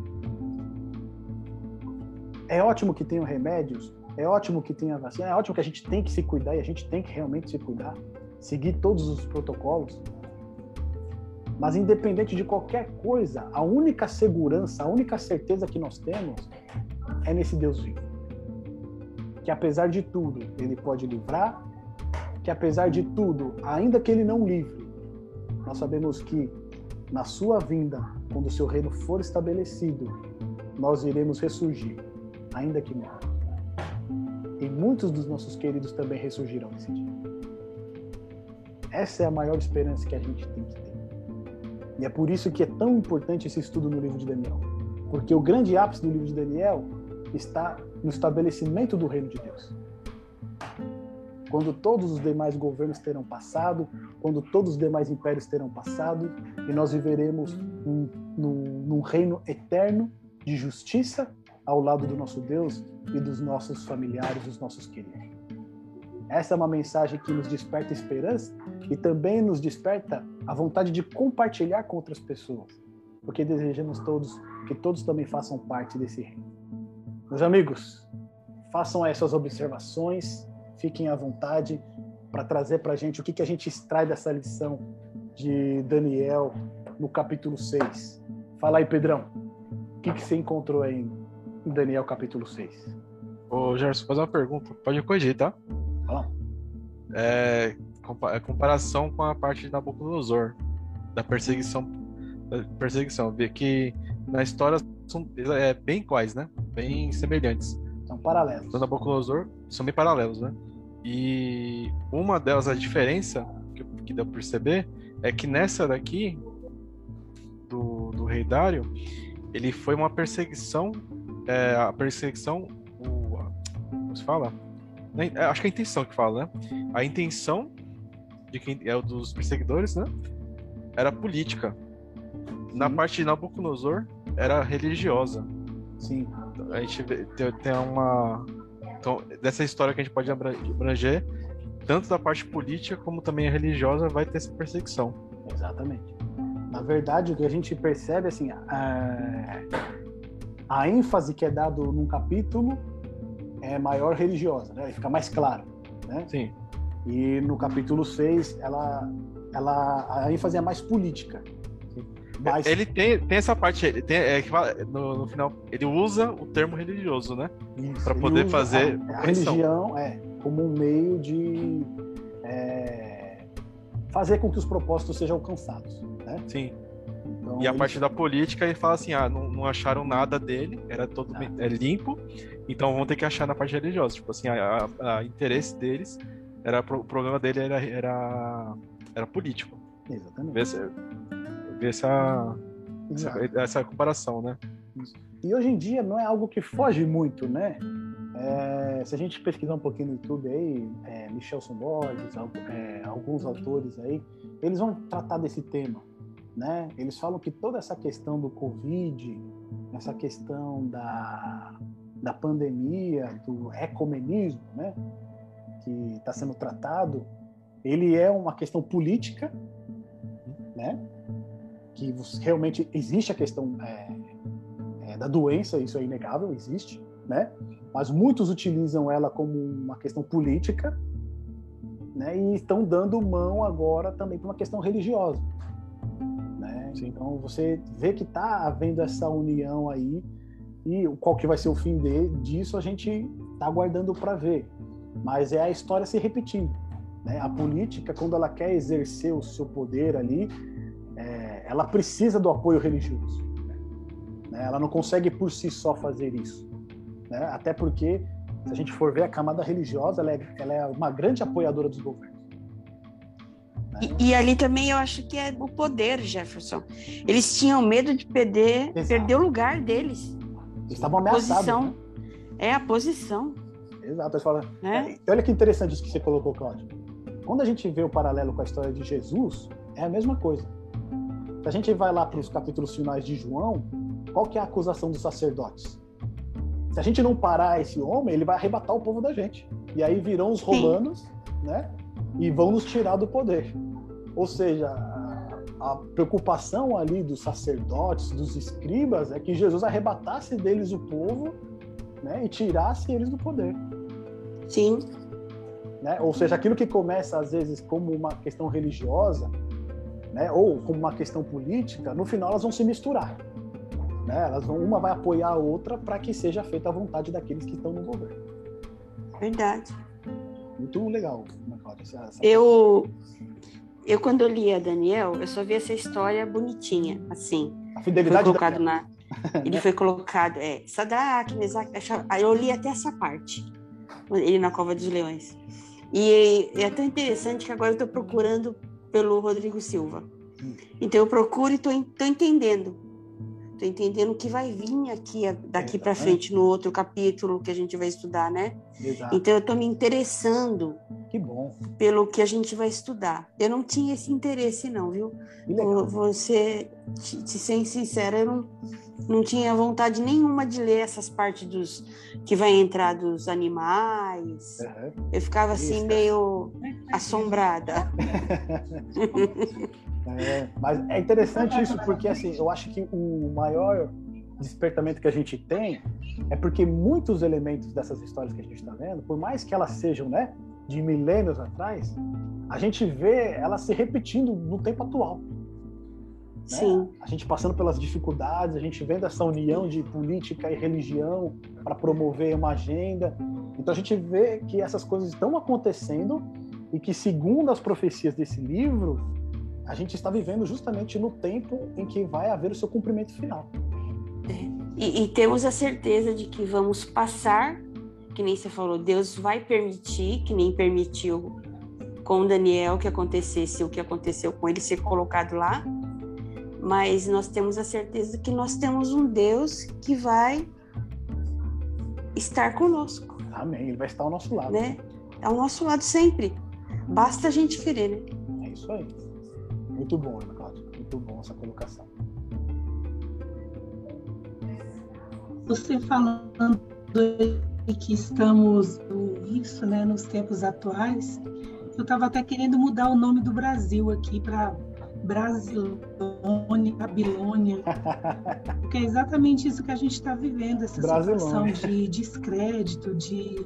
É ótimo que tenham remédios, é ótimo que tenha vacina, é ótimo que a gente tem que se cuidar, e a gente tem que realmente se cuidar, seguir todos os protocolos. Mas independente de qualquer coisa, a única segurança, a única certeza que nós temos é nesse Deus vivo. Que apesar de tudo, ele pode livrar, que apesar de tudo, ainda que ele não livre, nós sabemos que na sua vinda, quando o seu reino for estabelecido, nós iremos ressurgir, ainda que não. E muitos dos nossos queridos também ressurgirão nesse dia. Essa é a maior esperança que a gente tem que ter. E é por isso que é tão importante esse estudo no livro de Daniel. Porque o grande ápice do livro de Daniel está no estabelecimento do reino de Deus. Quando todos os demais governos terão passado, quando todos os demais impérios terão passado, e nós viveremos num reino eterno de justiça ao lado do nosso Deus e dos nossos familiares, dos nossos queridos. Essa é uma mensagem que nos desperta esperança e também nos desperta a vontade de compartilhar com outras pessoas, porque desejamos que todos também façam parte desse reino. Meus amigos, façam essas observações, fiquem à vontade para trazer para a gente o que a gente extrai dessa lição de Daniel no capítulo 6. Fala aí, Pedrão, o que você encontrou aí em Daniel capítulo 6? Ô, Gerson, fazer uma pergunta. Pode corrigir, tá? Ah. Comparação com a parte de Nabucodonosor, da perseguição. Vê que na história são bem iguais, né? Bem semelhantes. São paralelos. Do Nabucodonosor são bem paralelos, né? E uma delas, a diferença que deu pra perceber, é que nessa daqui, do rei Dário, ele foi uma perseguição, como se fala? Acho que é a intenção que fala, né? A intenção de quem é o dos perseguidores, né? Era política. Sim. Na parte de Nabucodonosor era religiosa. Sim. A gente tem uma... Então, dessa história que a gente pode abranger, tanto da parte política como também a religiosa vai ter essa perseguição. Exatamente. Na verdade, o que a gente percebe, assim, a ênfase que é dado num capítulo é maior religiosa, né? Fica mais claro, né? Sim. E no capítulo 6, a ênfase é mais política. Mas... Ele tem essa parte, no final, ele usa o termo religioso, né? Para poder fazer a religião como um meio de fazer com que os propósitos sejam alcançados, né? Sim. Então, e a parte da política, ele fala assim, não acharam nada dele, era todo limpo, então vão ter que achar na parte religiosa. Tipo assim, a interesse deles, o problema dele era político. Exatamente. Ver essa comparação, né? E hoje em dia não é algo que foge muito, né? Se a gente pesquisar um pouquinho no YouTube aí, Michelson Borges, alguns autores aí, eles vão tratar desse tema, né? Eles falam que toda essa questão do Covid, essa questão da pandemia, do ecumenismo, né? que está sendo tratado, ele é uma questão política, né? Que realmente existe a questão da doença, isso é inegável, existe, né? Mas muitos utilizam ela como uma questão política, né? E estão dando mão agora também para uma questão religiosa, né? Então você vê que está havendo essa união aí, e qual que vai ser o fim disso a gente está aguardando para ver. Mas é a história se repetindo, né? A política, quando ela quer exercer o seu poder ali, ela precisa do apoio religioso, né? Ela não consegue por si só fazer isso, né? Até porque, se a gente for ver, a camada religiosa, ela é uma grande apoiadora dos governos, né? E ali também eu acho que é o poder, Jefferson. Eles tinham medo de perder o lugar deles. Eles estavam ameaçados, né? É a posição. Exato. Eles falam, olha que interessante isso que você colocou, Cláudio. Quando a gente vê o paralelo com a história de Jesus, é a mesma coisa. Se a gente vai lá para os capítulos finais de João, qual que é a acusação dos sacerdotes? Se a gente não parar esse homem, ele vai arrebatar o povo da gente. E aí virão os romanos, né? E vão nos tirar do poder. Ou seja, a preocupação ali dos sacerdotes, dos escribas, é que Jesus arrebatasse deles o povo, né? E tirasse eles do poder. Sim. Né? Ou seja, aquilo que começa às vezes como uma questão religiosa, né? Ou como uma questão política, no final elas vão se misturar, né? Uma vai apoiar a outra para que seja feita a vontade daqueles que estão no governo. Verdade. Muito legal, Cláudia. Eu quando eu li a Daniel, eu só vi essa história bonitinha, assim. A fidelidade foi colocado ele foi colocado, Sadraque, Mesaque, aí eu li até essa parte, ele na Cova dos Leões. E é tão interessante que agora eu estou procurando pelo Rodrigo Silva. Então eu procuro e estou entendendo. Estou entendendo o que vai vir daqui para frente no outro capítulo que a gente vai estudar, né? Exato. Então eu estou me interessando. Que bom. Pelo que a gente vai estudar. Eu não tinha esse interesse não, viu? Você, te ser sincera, eu não tinha vontade nenhuma de ler essas partes que vai entrar dos animais. Uhum. Eu ficava assim meio assombrada. Mas é interessante isso, porque assim, eu acho que o maior despertamento que a gente tem é porque muitos elementos dessas histórias que a gente está vendo, por mais que elas sejam, né, de milênios atrás, a gente vê elas se repetindo no tempo atual. Né? Sim. A gente passando pelas dificuldades, a gente vendo essa união de política e religião para promover uma agenda. Então a gente vê que essas coisas estão acontecendo e que, segundo as profecias desse livro, a gente está vivendo justamente no tempo em que vai haver o seu cumprimento final. E temos a certeza de que vamos passar, que nem você falou, Deus vai permitir, que nem permitiu com Daniel que acontecesse o que aconteceu com ele ser colocado lá, mas nós temos a certeza que nós temos um Deus que vai estar conosco. Amém, ele vai estar ao nosso lado. Né? Ao nosso lado sempre. Basta a gente querer, né? É isso aí. Muito bom, Ana Cláudia. Muito bom essa colocação. Você falando que estamos isso, né, nos tempos atuais, eu estava até querendo mudar o nome do Brasil aqui para Brasilônia, Babilônia, porque é exatamente isso que a gente está vivendo, essa situação de descrédito, de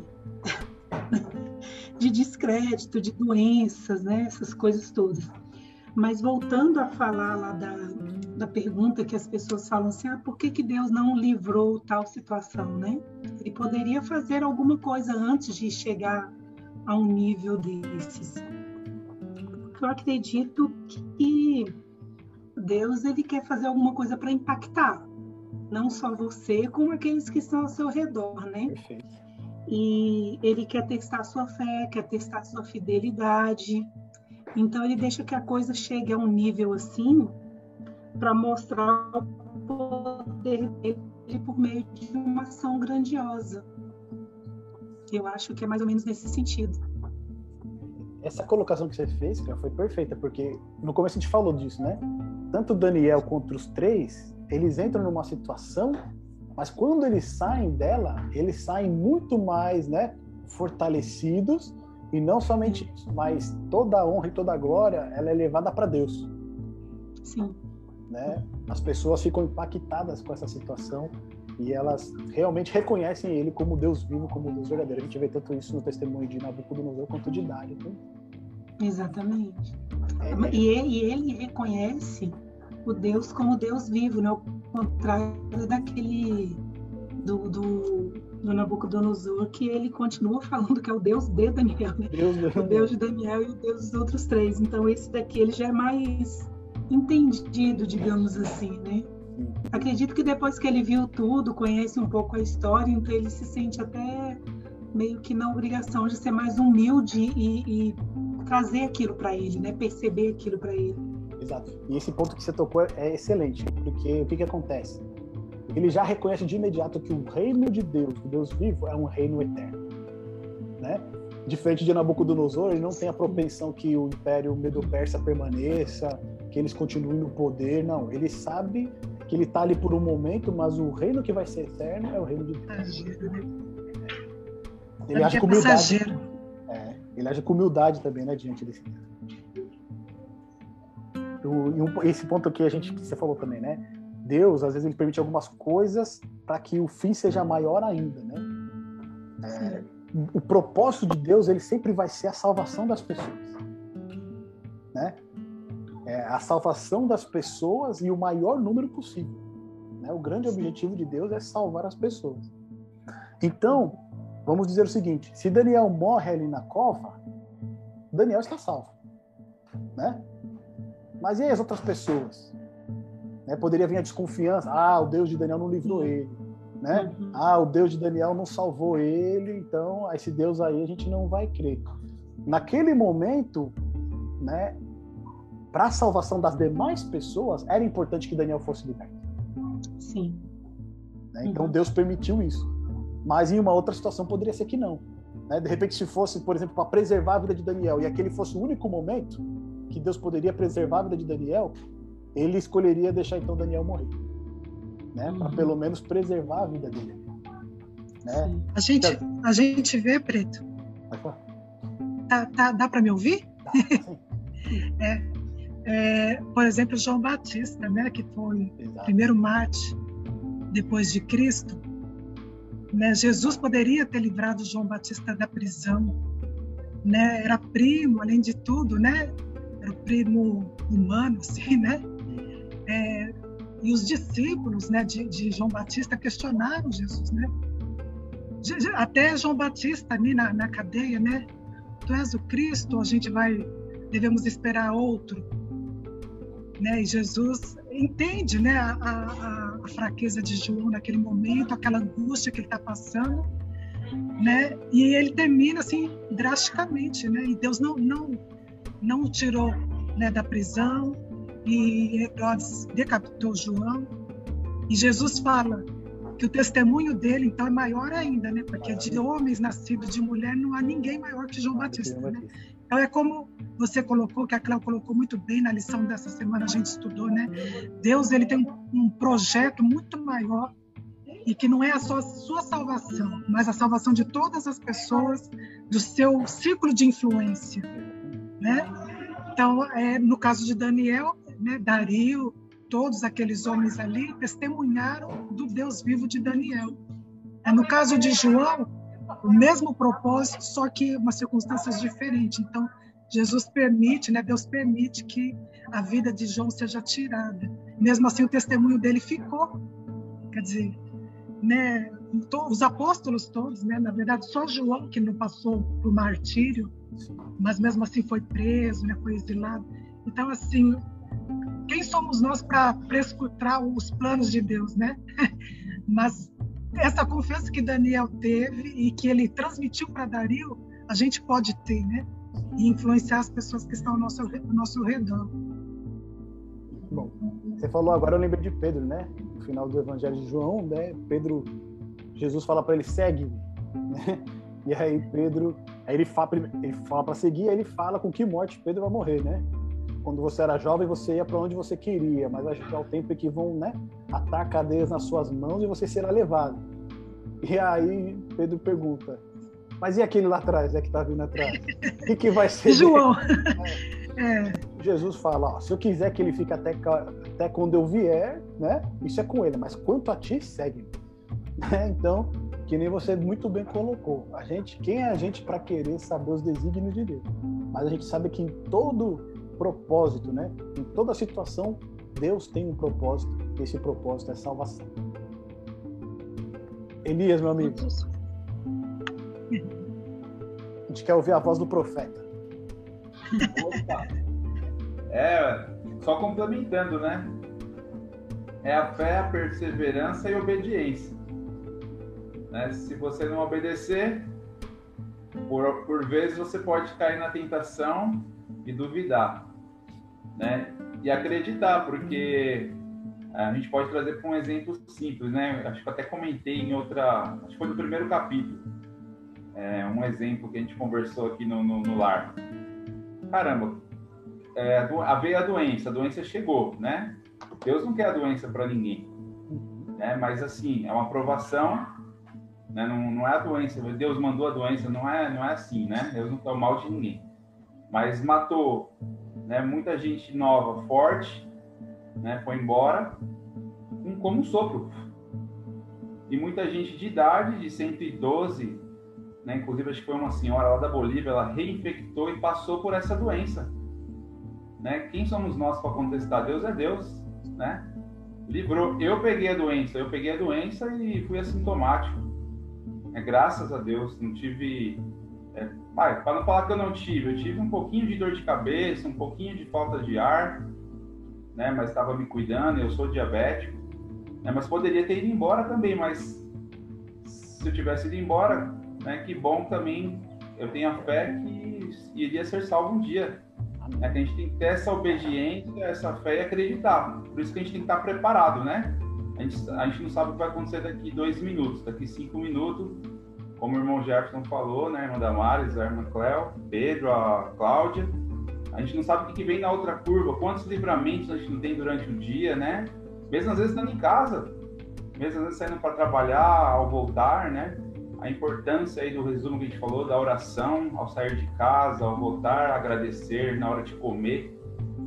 descrédito, de doenças, né, essas coisas todas. Mas voltando a falar lá da pergunta que as pessoas falam assim, por que Deus não livrou tal situação, né? Ele poderia fazer alguma coisa antes de chegar a um nível desses. Eu acredito que Deus ele quer fazer alguma coisa para impactar, não só você, como aqueles que estão ao seu redor, né? Perfeito. E ele quer testar a sua fé, quer testar a sua fidelidade. Então ele deixa que a coisa chegue a um nível assim para mostrar o poder dele por meio de uma ação grandiosa. Eu acho que é mais ou menos nesse sentido. Essa colocação que você fez, cara, foi perfeita, porque no começo a gente falou disso, né? Tanto Daniel quanto os três, eles entram numa situação, mas quando eles saem dela, eles saem muito mais, né, fortalecidos E não somente isso, mas toda a honra e toda a glória, ela é levada para Deus. Sim. Né? As pessoas ficam impactadas com essa situação e elas realmente reconhecem ele como Deus vivo, como Deus verdadeiro. A gente vê tanto isso no testemunho de Nabucodonosor quanto de Dário. Então, exatamente. E ele reconhece o Deus como Deus vivo, né? Ao contrário daquele do Nabucodonosor, que ele continua falando que é o Deus de Daniel, né? O Deus de Daniel e o Deus dos outros três. Então esse daqui ele já é mais entendido, digamos assim, né? Acredito que depois que ele viu tudo, conhece um pouco a história, então ele se sente até meio que na obrigação de ser mais humilde e trazer aquilo para ele, né? Perceber aquilo para ele. Exato. E esse ponto que você tocou é excelente, porque o que acontece? Ele já reconhece de imediato que o reino de Deus, o Deus vivo, é um reino eterno, né? Diferente de Nabucodonosor, ele não tem a propensão que o Império Medo-Persa permaneça, que eles continuem no poder, não. Ele sabe que ele está ali por um momento, mas o reino que vai ser eterno é o reino de Deus. Ele age com humildade. Ele age com humildade também, né, diante desse. Esse ponto aqui você falou também, né? Deus, às vezes, ele permite algumas coisas para que o fim seja maior ainda, né? O propósito de Deus, ele sempre vai ser a salvação das pessoas, né? A salvação das pessoas e o maior número possível, né? O grande objetivo de Deus é salvar as pessoas. Então, vamos dizer o seguinte: se Daniel morre ali na cova, Daniel está salvo, né? Mas e aí as outras pessoas? Né? Poderia vir a desconfiança: o Deus de Daniel não livrou ele, né? O Deus de Daniel não salvou ele, então esse Deus aí a gente não vai crer. Naquele momento, né, para a salvação das demais pessoas, era importante que Daniel fosse liberto. Sim. Né? Então Deus permitiu isso. Mas em uma outra situação poderia ser que não. Né? De repente, se fosse, por exemplo, para preservar a vida de Daniel, e aquele fosse o único momento que Deus poderia preservar a vida de Daniel, ele escolheria deixar então Daniel morrer, né? Para pelo menos preservar a vida dele, né? A gente vê, Preto. Dá para me ouvir? Dá, por exemplo, João Batista, né, que foi o primeiro mártir depois de Cristo, né? Jesus poderia ter livrado João Batista da prisão, né? Era primo, além de tudo, né? Era o primo humano, assim, né? E os discípulos, né, de João Batista questionaram Jesus, né? Até João Batista ali na cadeia, né? Tu és o Cristo, devemos esperar outro, né? E Jesus entende, né, a fraqueza de João naquele momento, aquela angústia que ele está passando, né? E ele termina assim drasticamente, né? E Deus não o tirou, né, da prisão, e Herodes decapitou João, e Jesus fala que o testemunho dele então é maior ainda, né? Porque de homens nascidos de mulher não há ninguém maior que João Batista, né? Então é como você colocou, que a Cléo colocou muito bem na lição dessa semana, a gente estudou, né? Deus, ele tem um projeto muito maior, e que não é a sua salvação, mas a salvação de todas as pessoas do seu círculo de influência, né? Então, no caso de Daniel, né, Dario, todos aqueles homens ali testemunharam do Deus vivo de Daniel. No caso de João, o mesmo propósito, só que umas circunstâncias diferentes. Então, Jesus permite, né, Deus permite que a vida de João seja tirada. Mesmo assim, o testemunho dele ficou. Quer dizer, né, os apóstolos todos, né, na verdade, só João que não passou por martírio, mas mesmo assim foi preso, né, foi exilado. Então, assim, quem somos nós para prescrutar os planos de Deus, né? Mas essa confiança que Daniel teve e que ele transmitiu para Dario, a gente pode ter, né? E influenciar as pessoas que estão ao nosso redor. Bom, você falou agora, eu lembrei de Pedro, né? No final do Evangelho de João, né? Jesus fala para ele: segue-me, né? E aí ele fala para seguir, aí ele fala com que morte Pedro vai morrer, né? Quando você era jovem, você ia para onde você queria, mas vai chegar o tempo em que vão, né, atar cadeias nas suas mãos e você será levado. E aí Pedro pergunta: Mas e aquele lá atrás, que está vindo atrás? O que vai ser? João. Jesus fala, ó, se eu quiser que ele fique até quando eu vier, né? Isso é com ele, mas quanto a ti, segue. Então, que nem você muito bem colocou. Quem é a gente para querer saber os desígnios de Deus? Mas a gente sabe que em todo propósito, né? Em toda situação, Deus tem um propósito, e esse propósito é salvação. Elias, meu amigo, a gente quer ouvir a voz do profeta. Opa. Só complementando, né? É a fé, a perseverança e a obediência. Né? Se você não obedecer, por vezes você pode cair na tentação e duvidar, né? E acreditar, porque a gente pode trazer para um exemplo simples, né? Acho que eu até comentei acho que foi no primeiro capítulo, um exemplo que a gente conversou aqui no lar. Caramba, veio a doença chegou, né? Deus não quer a doença para ninguém, né? Mas assim, é uma provação, né? Não é a doença, Deus mandou a doença, não é assim, né? Deus não quer o mal de ninguém, mas matou, né? Muita gente nova, forte, né? Foi embora como um sopro, e muita gente de idade, de 112, né? Inclusive acho que foi uma senhora lá da Bolívia, ela reinfectou e passou por essa doença, né? Quem somos nós para contestar? Deus é Deus, né? Livrou. Eu peguei a doença e fui assintomático, graças a Deus, não tive, para não falar que eu não tive, eu tive um pouquinho de dor de cabeça, um pouquinho de falta de ar, né? Mas estava me cuidando, eu sou diabético, né? Mas poderia ter ido embora também, mas se eu tivesse ido embora, né? Que bom também, eu tenho a fé que iria ser salvo um dia. Que a gente tem que ter essa obediência, essa fé e acreditar. Por isso que a gente tem que estar preparado, né? A gente não sabe o que vai acontecer daqui 2 minutos, daqui 5 minutos, como o irmão Jefferson falou, né? A irmã Damares, a irmã Cléo, Pedro, a Cláudia. A gente não sabe o que vem na outra curva, quantos livramentos a gente não tem durante o dia, né? Mesmo às vezes estando em casa, mesmo às vezes saindo para trabalhar, ao voltar, né? A importância aí do resumo que a gente falou, da oração, ao sair de casa, ao voltar, agradecer na hora de comer,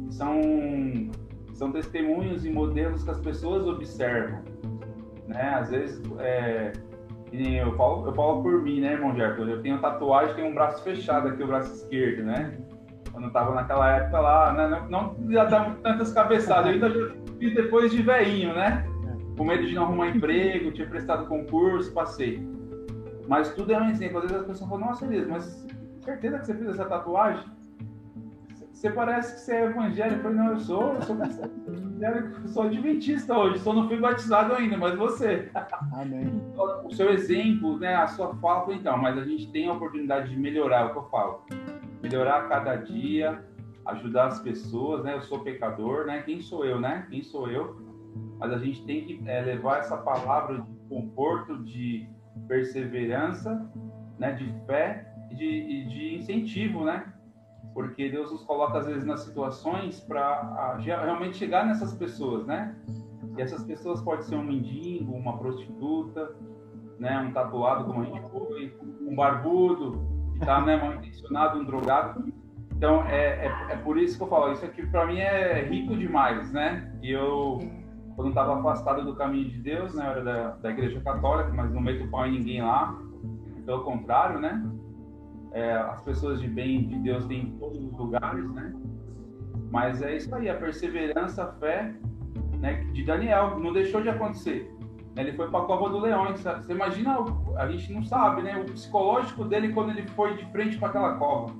são testemunhos e modelos que as pessoas observam, né? Às vezes, eu falo por mim, né, irmão Jefferson? Eu tenho tatuagem, tenho um braço fechado aqui, o braço esquerdo, né? Quando eu tava naquela época lá, não já dava tantas cabeçadas, eu ainda já fiz depois de velhinho, né? Com medo de não arrumar emprego, tinha prestado concurso, passei. Mas tudo é um exemplo. Às vezes as pessoas falam, nossa, Elias, mas certeza que você fez essa tatuagem? Você parece que você é evangélico. Eu falei, não, eu sou evangélico, sou adventista hoje, só não fui batizado ainda, mas você. Amém. O seu exemplo, né, a sua fala, então, mas a gente tem a oportunidade de melhorar, é o que eu falo. Melhorar a cada dia, ajudar as pessoas, né? Eu sou pecador, né? Quem sou eu, né? Quem sou eu? Mas a gente tem que levar essa palavra de conforto, de perseverança, né, de fé e de incentivo, né? Porque Deus nos coloca às vezes nas situações para realmente chegar nessas pessoas, né? E essas pessoas podem ser um mendigo, uma prostituta, né, um tatuado como a gente foi, um barbudo que está, né, mal intencionado, um drogado. Então é por isso que eu falo, isso aqui para mim é rico demais, né? E eu, quando estava afastado do caminho de Deus, né, eu era da igreja católica, mas não meto pau em ninguém lá, pelo contrário, né? As pessoas de bem de Deus têm em todos os lugares, né? Mas é isso aí, a perseverança, a fé, né, de Daniel, não deixou de acontecer. Ele foi para a cova do leão. Você imagina, a gente não sabe, né? O psicológico dele quando ele foi de frente para aquela cova.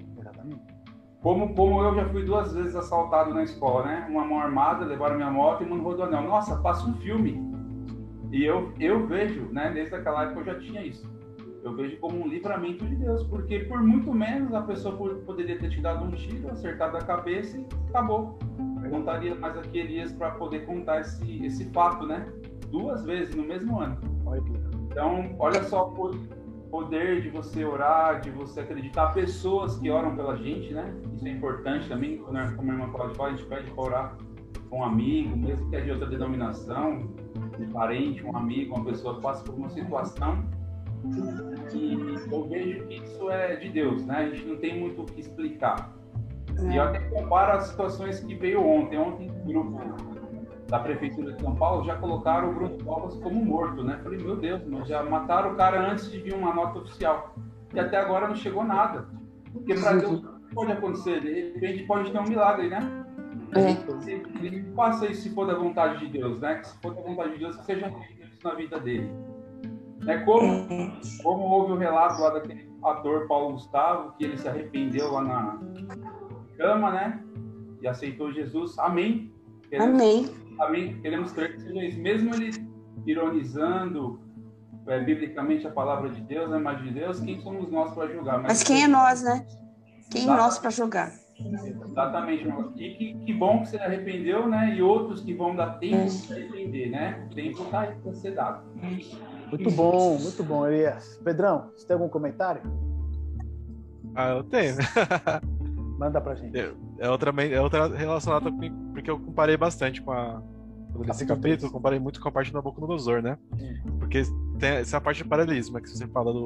Como eu já fui 2 vezes assaltado na escola, né? Uma mão armada, levaram minha moto e um no rodoanel. Nossa, passa um filme. E eu vejo, né? Desde aquela época eu já tinha isso. Eu vejo como um livramento de Deus, porque por muito menos a pessoa poderia ter te dado um tiro, acertado a cabeça e acabou. Não estaria mais aqui Elias para poder contar esse fato, né? 2 vezes no mesmo ano. Então, olha só o poder de você orar, de você acreditar. Pessoas que oram pela gente, né? Isso é importante também. Como a irmã Cláudia fala, a gente pede para orar com um amigo, mesmo que é de outra denominação, um parente, um amigo, uma pessoa que passa por uma situação, E eu vejo que isso é de Deus, né? A gente não tem muito o que explicar. E eu até comparo as situações que veio ontem. Ontem, o grupo da Prefeitura de São Paulo já colocaram o Bruno Covas como morto, né? Falei, meu Deus, mas já mataram o cara antes de vir uma nota oficial. E até agora não chegou nada. Porque para Deus pode acontecer, de repente pode ter um milagre, né? Ele passa isso se for da vontade de Deus, né? Que se for da vontade de Deus, que seja isso na vida dele. Né? Como houve o relato lá daquele ator Paulo Gustavo, que ele se arrependeu lá na cama, né? E aceitou Jesus. Amém. Amém. Queremos crer que seja isso. Mesmo ele ironizando biblicamente a palavra de Deus, a imagem de Deus, quem somos nós para julgar? Mas quem é nós, né? Quem é nós para julgar? Exatamente. E que bom que você arrependeu, né? E outros que vão dar tempo de se arrepender, né? O tempo está aí para ser dado. Muito bom, Elias. Pedrão, você tem algum comentário? Eu tenho. Manda pra gente. É outra relacionada comigo, porque eu comparei bastante com esse capítulo, comparei muito com a parte do Nabucodonosor, né? Porque tem essa parte do paralelismo, que você fala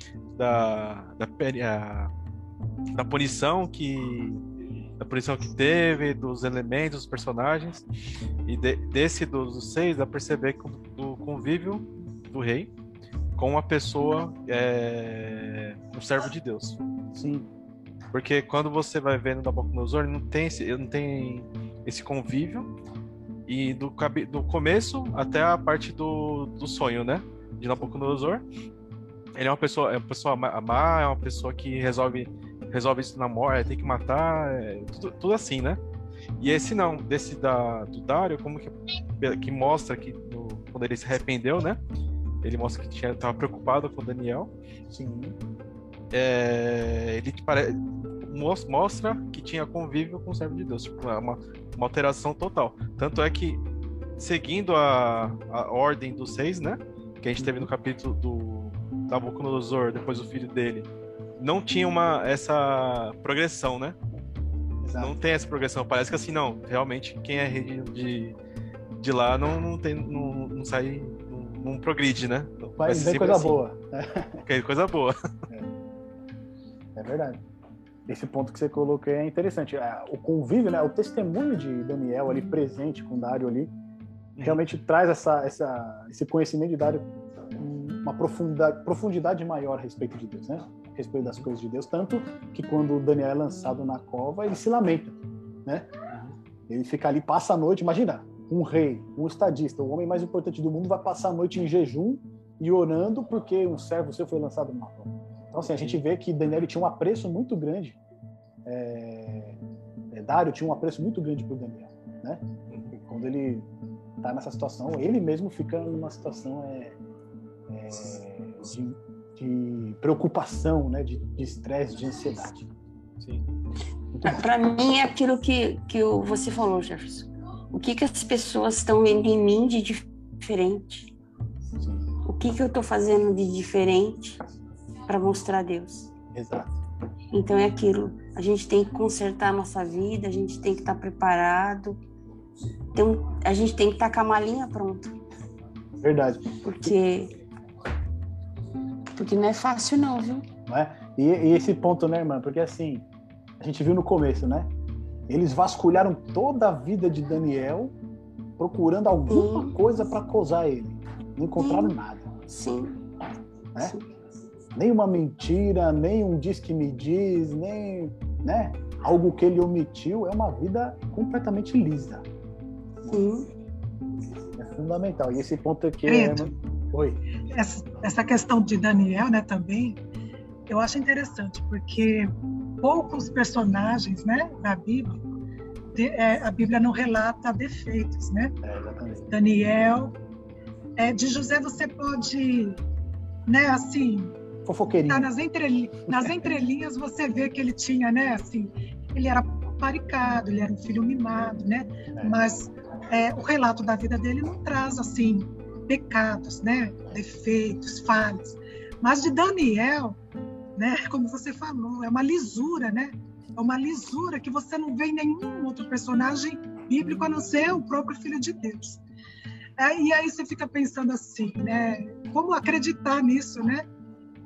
da punição que teve, dos elementos, dos personagens, e desse dos 6, dá pra perceber do convívio do rei com uma pessoa, um servo de Deus. Sim. Porque quando você vai ver no Nabucodonosor, não tem esse convívio, e do começo até a parte do sonho, né? De Nabucodonosor. Ele é uma pessoa má, é uma pessoa que resolve isso na morte, tem que matar, tudo assim, né? E esse não, do Dário, como que mostra que quando ele se arrependeu, né? Ele mostra que estava preocupado com Daniel. Sim. Ele mostra que tinha convívio com o servo de Deus, tipo, uma alteração total. Tanto é que, seguindo a ordem dos 6, né? Que a gente teve no capítulo do Nabucodonosor, depois o filho dele, não tinha essa progressão, né? Exato. Não tem essa progressão. Parece que assim, não. Realmente, quem é rei de lá não sai, não progride, né? Vai ser coisa assim. Boa. Coisa boa. É verdade. Esse ponto que você colocou é interessante. O convívio, né? O testemunho de Daniel ali presente com Dário ali, realmente traz esse conhecimento de Dário, uma profundidade maior a respeito de Deus, né? A respeito das coisas de Deus, tanto que quando o Daniel é lançado na cova, ele se lamenta, né? Ele fica ali, passa a noite, imagina, um rei, um estadista, o homem mais importante do mundo vai passar a noite em jejum e orando porque um servo seu foi lançado na cova. Então, assim, a gente vê que Daniel tinha um apreço muito grande, Dário tinha um apreço muito grande por Daniel, né? E quando ele está nessa situação, ele mesmo fica numa situação de preocupação, né? De estresse, de ansiedade. Sim. Para mim é aquilo que você falou, Jefferson. O que as pessoas estão vendo em mim de diferente? Sim. O que eu estou fazendo de diferente para mostrar a Deus? Exato. Então é aquilo. A gente tem que consertar a nossa vida, a gente tem que estar preparado. A gente tem que estar com a malinha pronta. Verdade. Porque não é fácil não, viu? Não é? E esse ponto, né, irmã? Porque assim, a gente viu no começo, né? Eles vasculharam toda a vida de Daniel procurando alguma coisa para acusar ele. Não encontraram nada. Sim. Né? Sim. Nem uma mentira, nem um diz que me diz, nem, né? Algo que ele omitiu. É uma vida completamente lisa. Sim. É fundamental. E esse ponto aqui Oi. Essa questão de Daniel, né, também, eu acho interessante, porque poucos personagens, né, da Bíblia, a Bíblia não relata defeitos, né? Exatamente. Daniel, de José você pode, né, assim, fofoqueirinho. Tá nas entrelinhas você vê que ele tinha, né, assim, ele era paparicado, ele era um filho mimado, né? Mas o relato da vida dele não traz, assim, pecados, né, defeitos, falhas. Mas de Daniel, né, como você falou, é uma lisura, né? É uma lisura que você não vê em nenhum outro personagem bíblico a não ser o próprio Filho de Deus. E aí você fica pensando assim, né? Como acreditar nisso, né?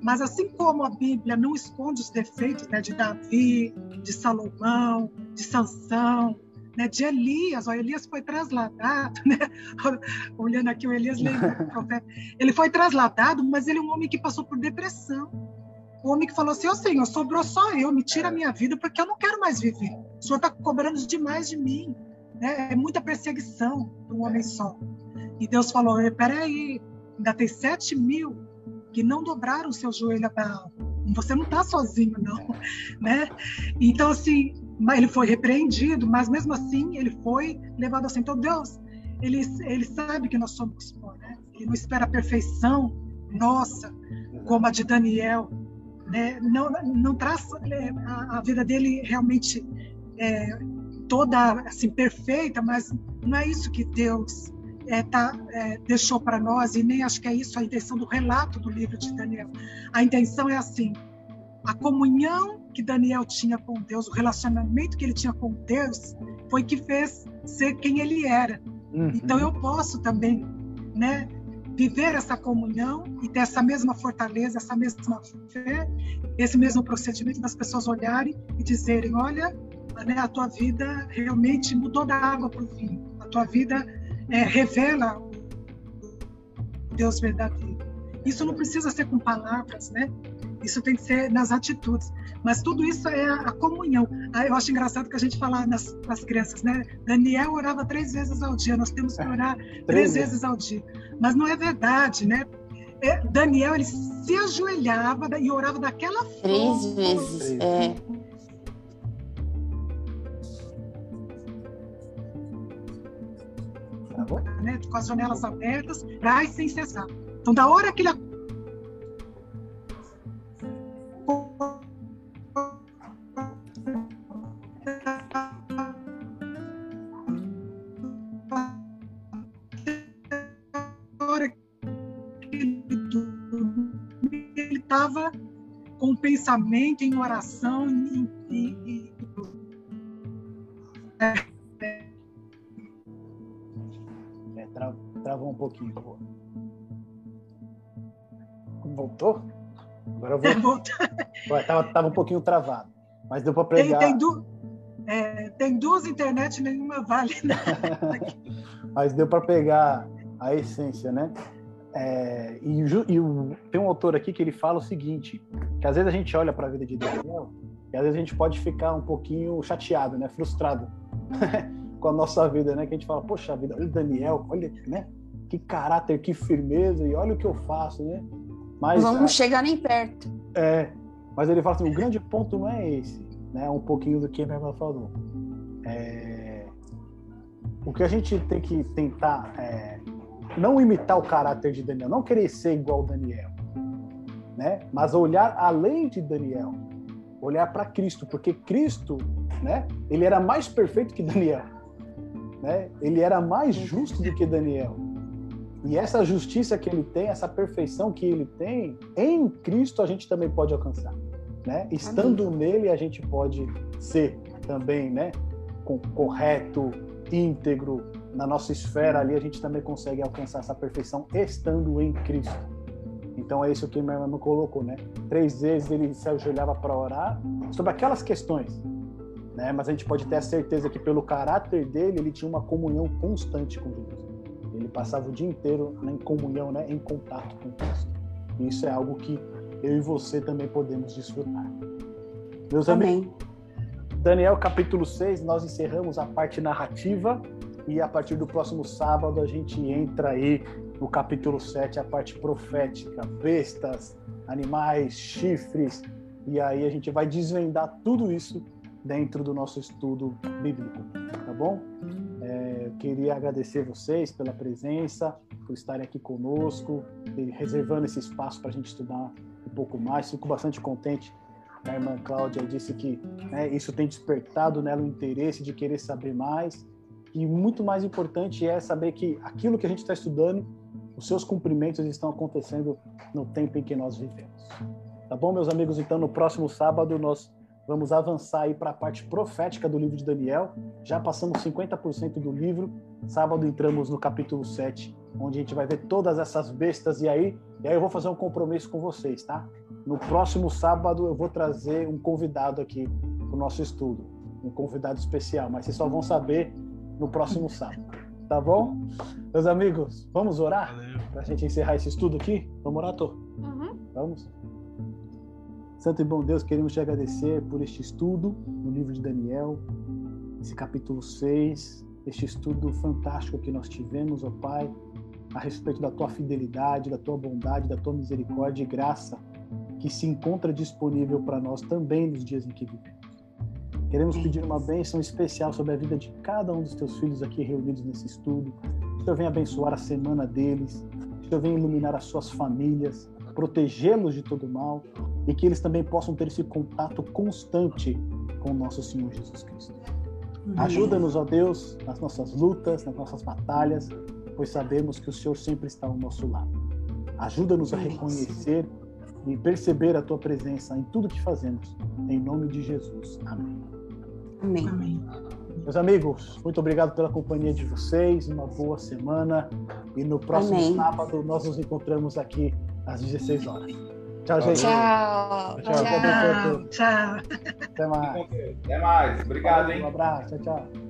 Mas assim como a Bíblia não esconde os defeitos, né, de Davi, de Salomão, de Sansão, né, de Elias, Elias foi trasladado, né? Olhando aqui o Elias, lembra, profeta, ele foi trasladado, mas ele é um homem que passou por depressão. O homem que falou assim: ó Senhor, sobrou só eu, me tira a minha vida porque eu não quero mais viver. O Senhor está cobrando demais de mim, né? É muita perseguição para um homem só. E Deus falou: peraí, ainda tem 7.000 que não dobraram o seu joelho a Baal. Você não está sozinho, não, né? Então, assim, ele foi repreendido, mas mesmo assim ele foi levado assim. Então, Deus, ele sabe que nós somos pó, né? Ele não espera a perfeição nossa, como a de Daniel, né? Não traz a vida dele realmente toda assim perfeita, mas não é isso que Deus deixou para nós, e nem acho que é isso a intenção do relato do livro de Daniel. A intenção é assim: a comunhão que Daniel tinha com Deus, o relacionamento que ele tinha com Deus, foi que fez ser quem ele era. Então eu posso também, né, viver essa comunhão e ter essa mesma fortaleza, essa mesma fé, esse mesmo procedimento das pessoas olharem e dizerem: olha, né, a tua vida realmente mudou da água para o vinho, a tua vida revela o Deus verdadeiro. Isso não precisa ser com palavras, né? Isso tem que ser nas atitudes. Mas tudo isso é a comunhão. Eu acho engraçado que a gente fala nas crianças, né? Daniel orava 3 vezes ao dia, nós temos que orar 3 vezes ao dia. Mas não é verdade, né? Daniel, ele se ajoelhava e orava daquela forma. 3 vezes, né, com as janelas abertas, orar sem cessar. Então, da hora que ele estava com o pensamento em oração Travou um pouquinho. Voltou? Agora eu vou. Tava um pouquinho travado, mas deu para pegar. Tem 2 internet, nenhuma vale. Mas deu para pegar a essência, né? Tem um autor aqui que ele fala o seguinte, que às vezes a gente olha para a vida de Daniel e às vezes a gente pode ficar um pouquinho chateado, né? Frustrado com a nossa vida, né? Que a gente fala: poxa vida, olha o Daniel, olha, né? Que caráter, que firmeza, e olha o que eu faço, né? Mas não vamos chegar nem perto. Mas ele fala assim: o grande ponto não é esse, né? Um pouquinho do que a minha irmã falou. O que a gente tem que tentar não imitar o caráter de Daniel, não querer ser igual a Daniel, né? Mas olhar além de Daniel, olhar para Cristo, porque Cristo, né? Ele era mais perfeito que Daniel, né? Ele era mais justo do que Daniel. E essa justiça que ele tem, essa perfeição que ele tem, em Cristo a gente também pode alcançar, né? Estando nele a gente pode ser também, né? Correto, íntegro, na nossa esfera ali a gente também consegue alcançar essa perfeição estando em Cristo. Então é isso que minha irmã colocou, né? 3 vezes ele se ajoelhava para orar sobre aquelas questões, né? Mas a gente pode ter a certeza que pelo caráter dele, ele tinha uma comunhão constante com Deus. Ele passava o dia inteiro em comunhão, né? Em contato com Cristo. E isso é algo que eu e você também podemos desfrutar. Meus amigos, Daniel capítulo 6, nós encerramos a parte narrativa e a partir do próximo sábado a gente entra aí no capítulo 7, a parte profética, bestas, animais, chifres, e aí a gente vai desvendar tudo isso dentro do nosso estudo bíblico, tá bom? Eu queria agradecer vocês pela presença, por estarem aqui conosco, reservando esse espaço para a gente estudar um pouco mais. Fico bastante contente. A irmã Cláudia disse que isso tem despertado nela o interesse de querer saber mais, e muito mais importante é saber que aquilo que a gente está estudando, os seus cumprimentos estão acontecendo no tempo em que nós vivemos. Tá bom, meus amigos? Então, no próximo sábado, nós vamos avançar aí para a parte profética do livro de Daniel. Já passamos 50% do livro. Sábado entramos no capítulo 7, onde a gente vai ver todas essas bestas. E aí eu vou fazer um compromisso com vocês, tá? no próximo sábado eu vou trazer um convidado aqui para o nosso estudo, um convidado especial, mas vocês só vão saber no próximo sábado, tá bom? Meus amigos, vamos orar para a gente encerrar esse estudo aqui? Vamos orar, Tô? Vamos? Santo e bom Deus, queremos te agradecer por este estudo no livro de Daniel, esse capítulo 6, este estudo fantástico que nós tivemos, ó Pai, a respeito da tua fidelidade, da tua bondade, da tua misericórdia e graça que se encontra disponível para nós também nos dias em que vivemos. Queremos pedir uma bênção especial sobre a vida de cada um dos teus filhos aqui reunidos nesse estudo. Que o Senhor venha abençoar a semana deles, que o Senhor venha iluminar as suas famílias, protegê-los de todo mal e que eles também possam ter esse contato constante com o nosso Senhor Jesus Cristo. Ajuda-nos, ó Deus, nas nossas lutas, nas nossas batalhas, pois sabemos que o Senhor sempre está ao nosso lado. Ajuda-nos a reconhecer e perceber a tua presença em tudo que fazemos. Em nome de Jesus. Amém. Amém. Meus amigos, muito obrigado pela companhia de vocês. Uma boa semana. E no próximo sábado nós nos encontramos aqui às 16 horas. Tchau, gente. Tchau. Tchau. Até mais. Até mais. Obrigado, hein? Um abraço. Tchau, tchau.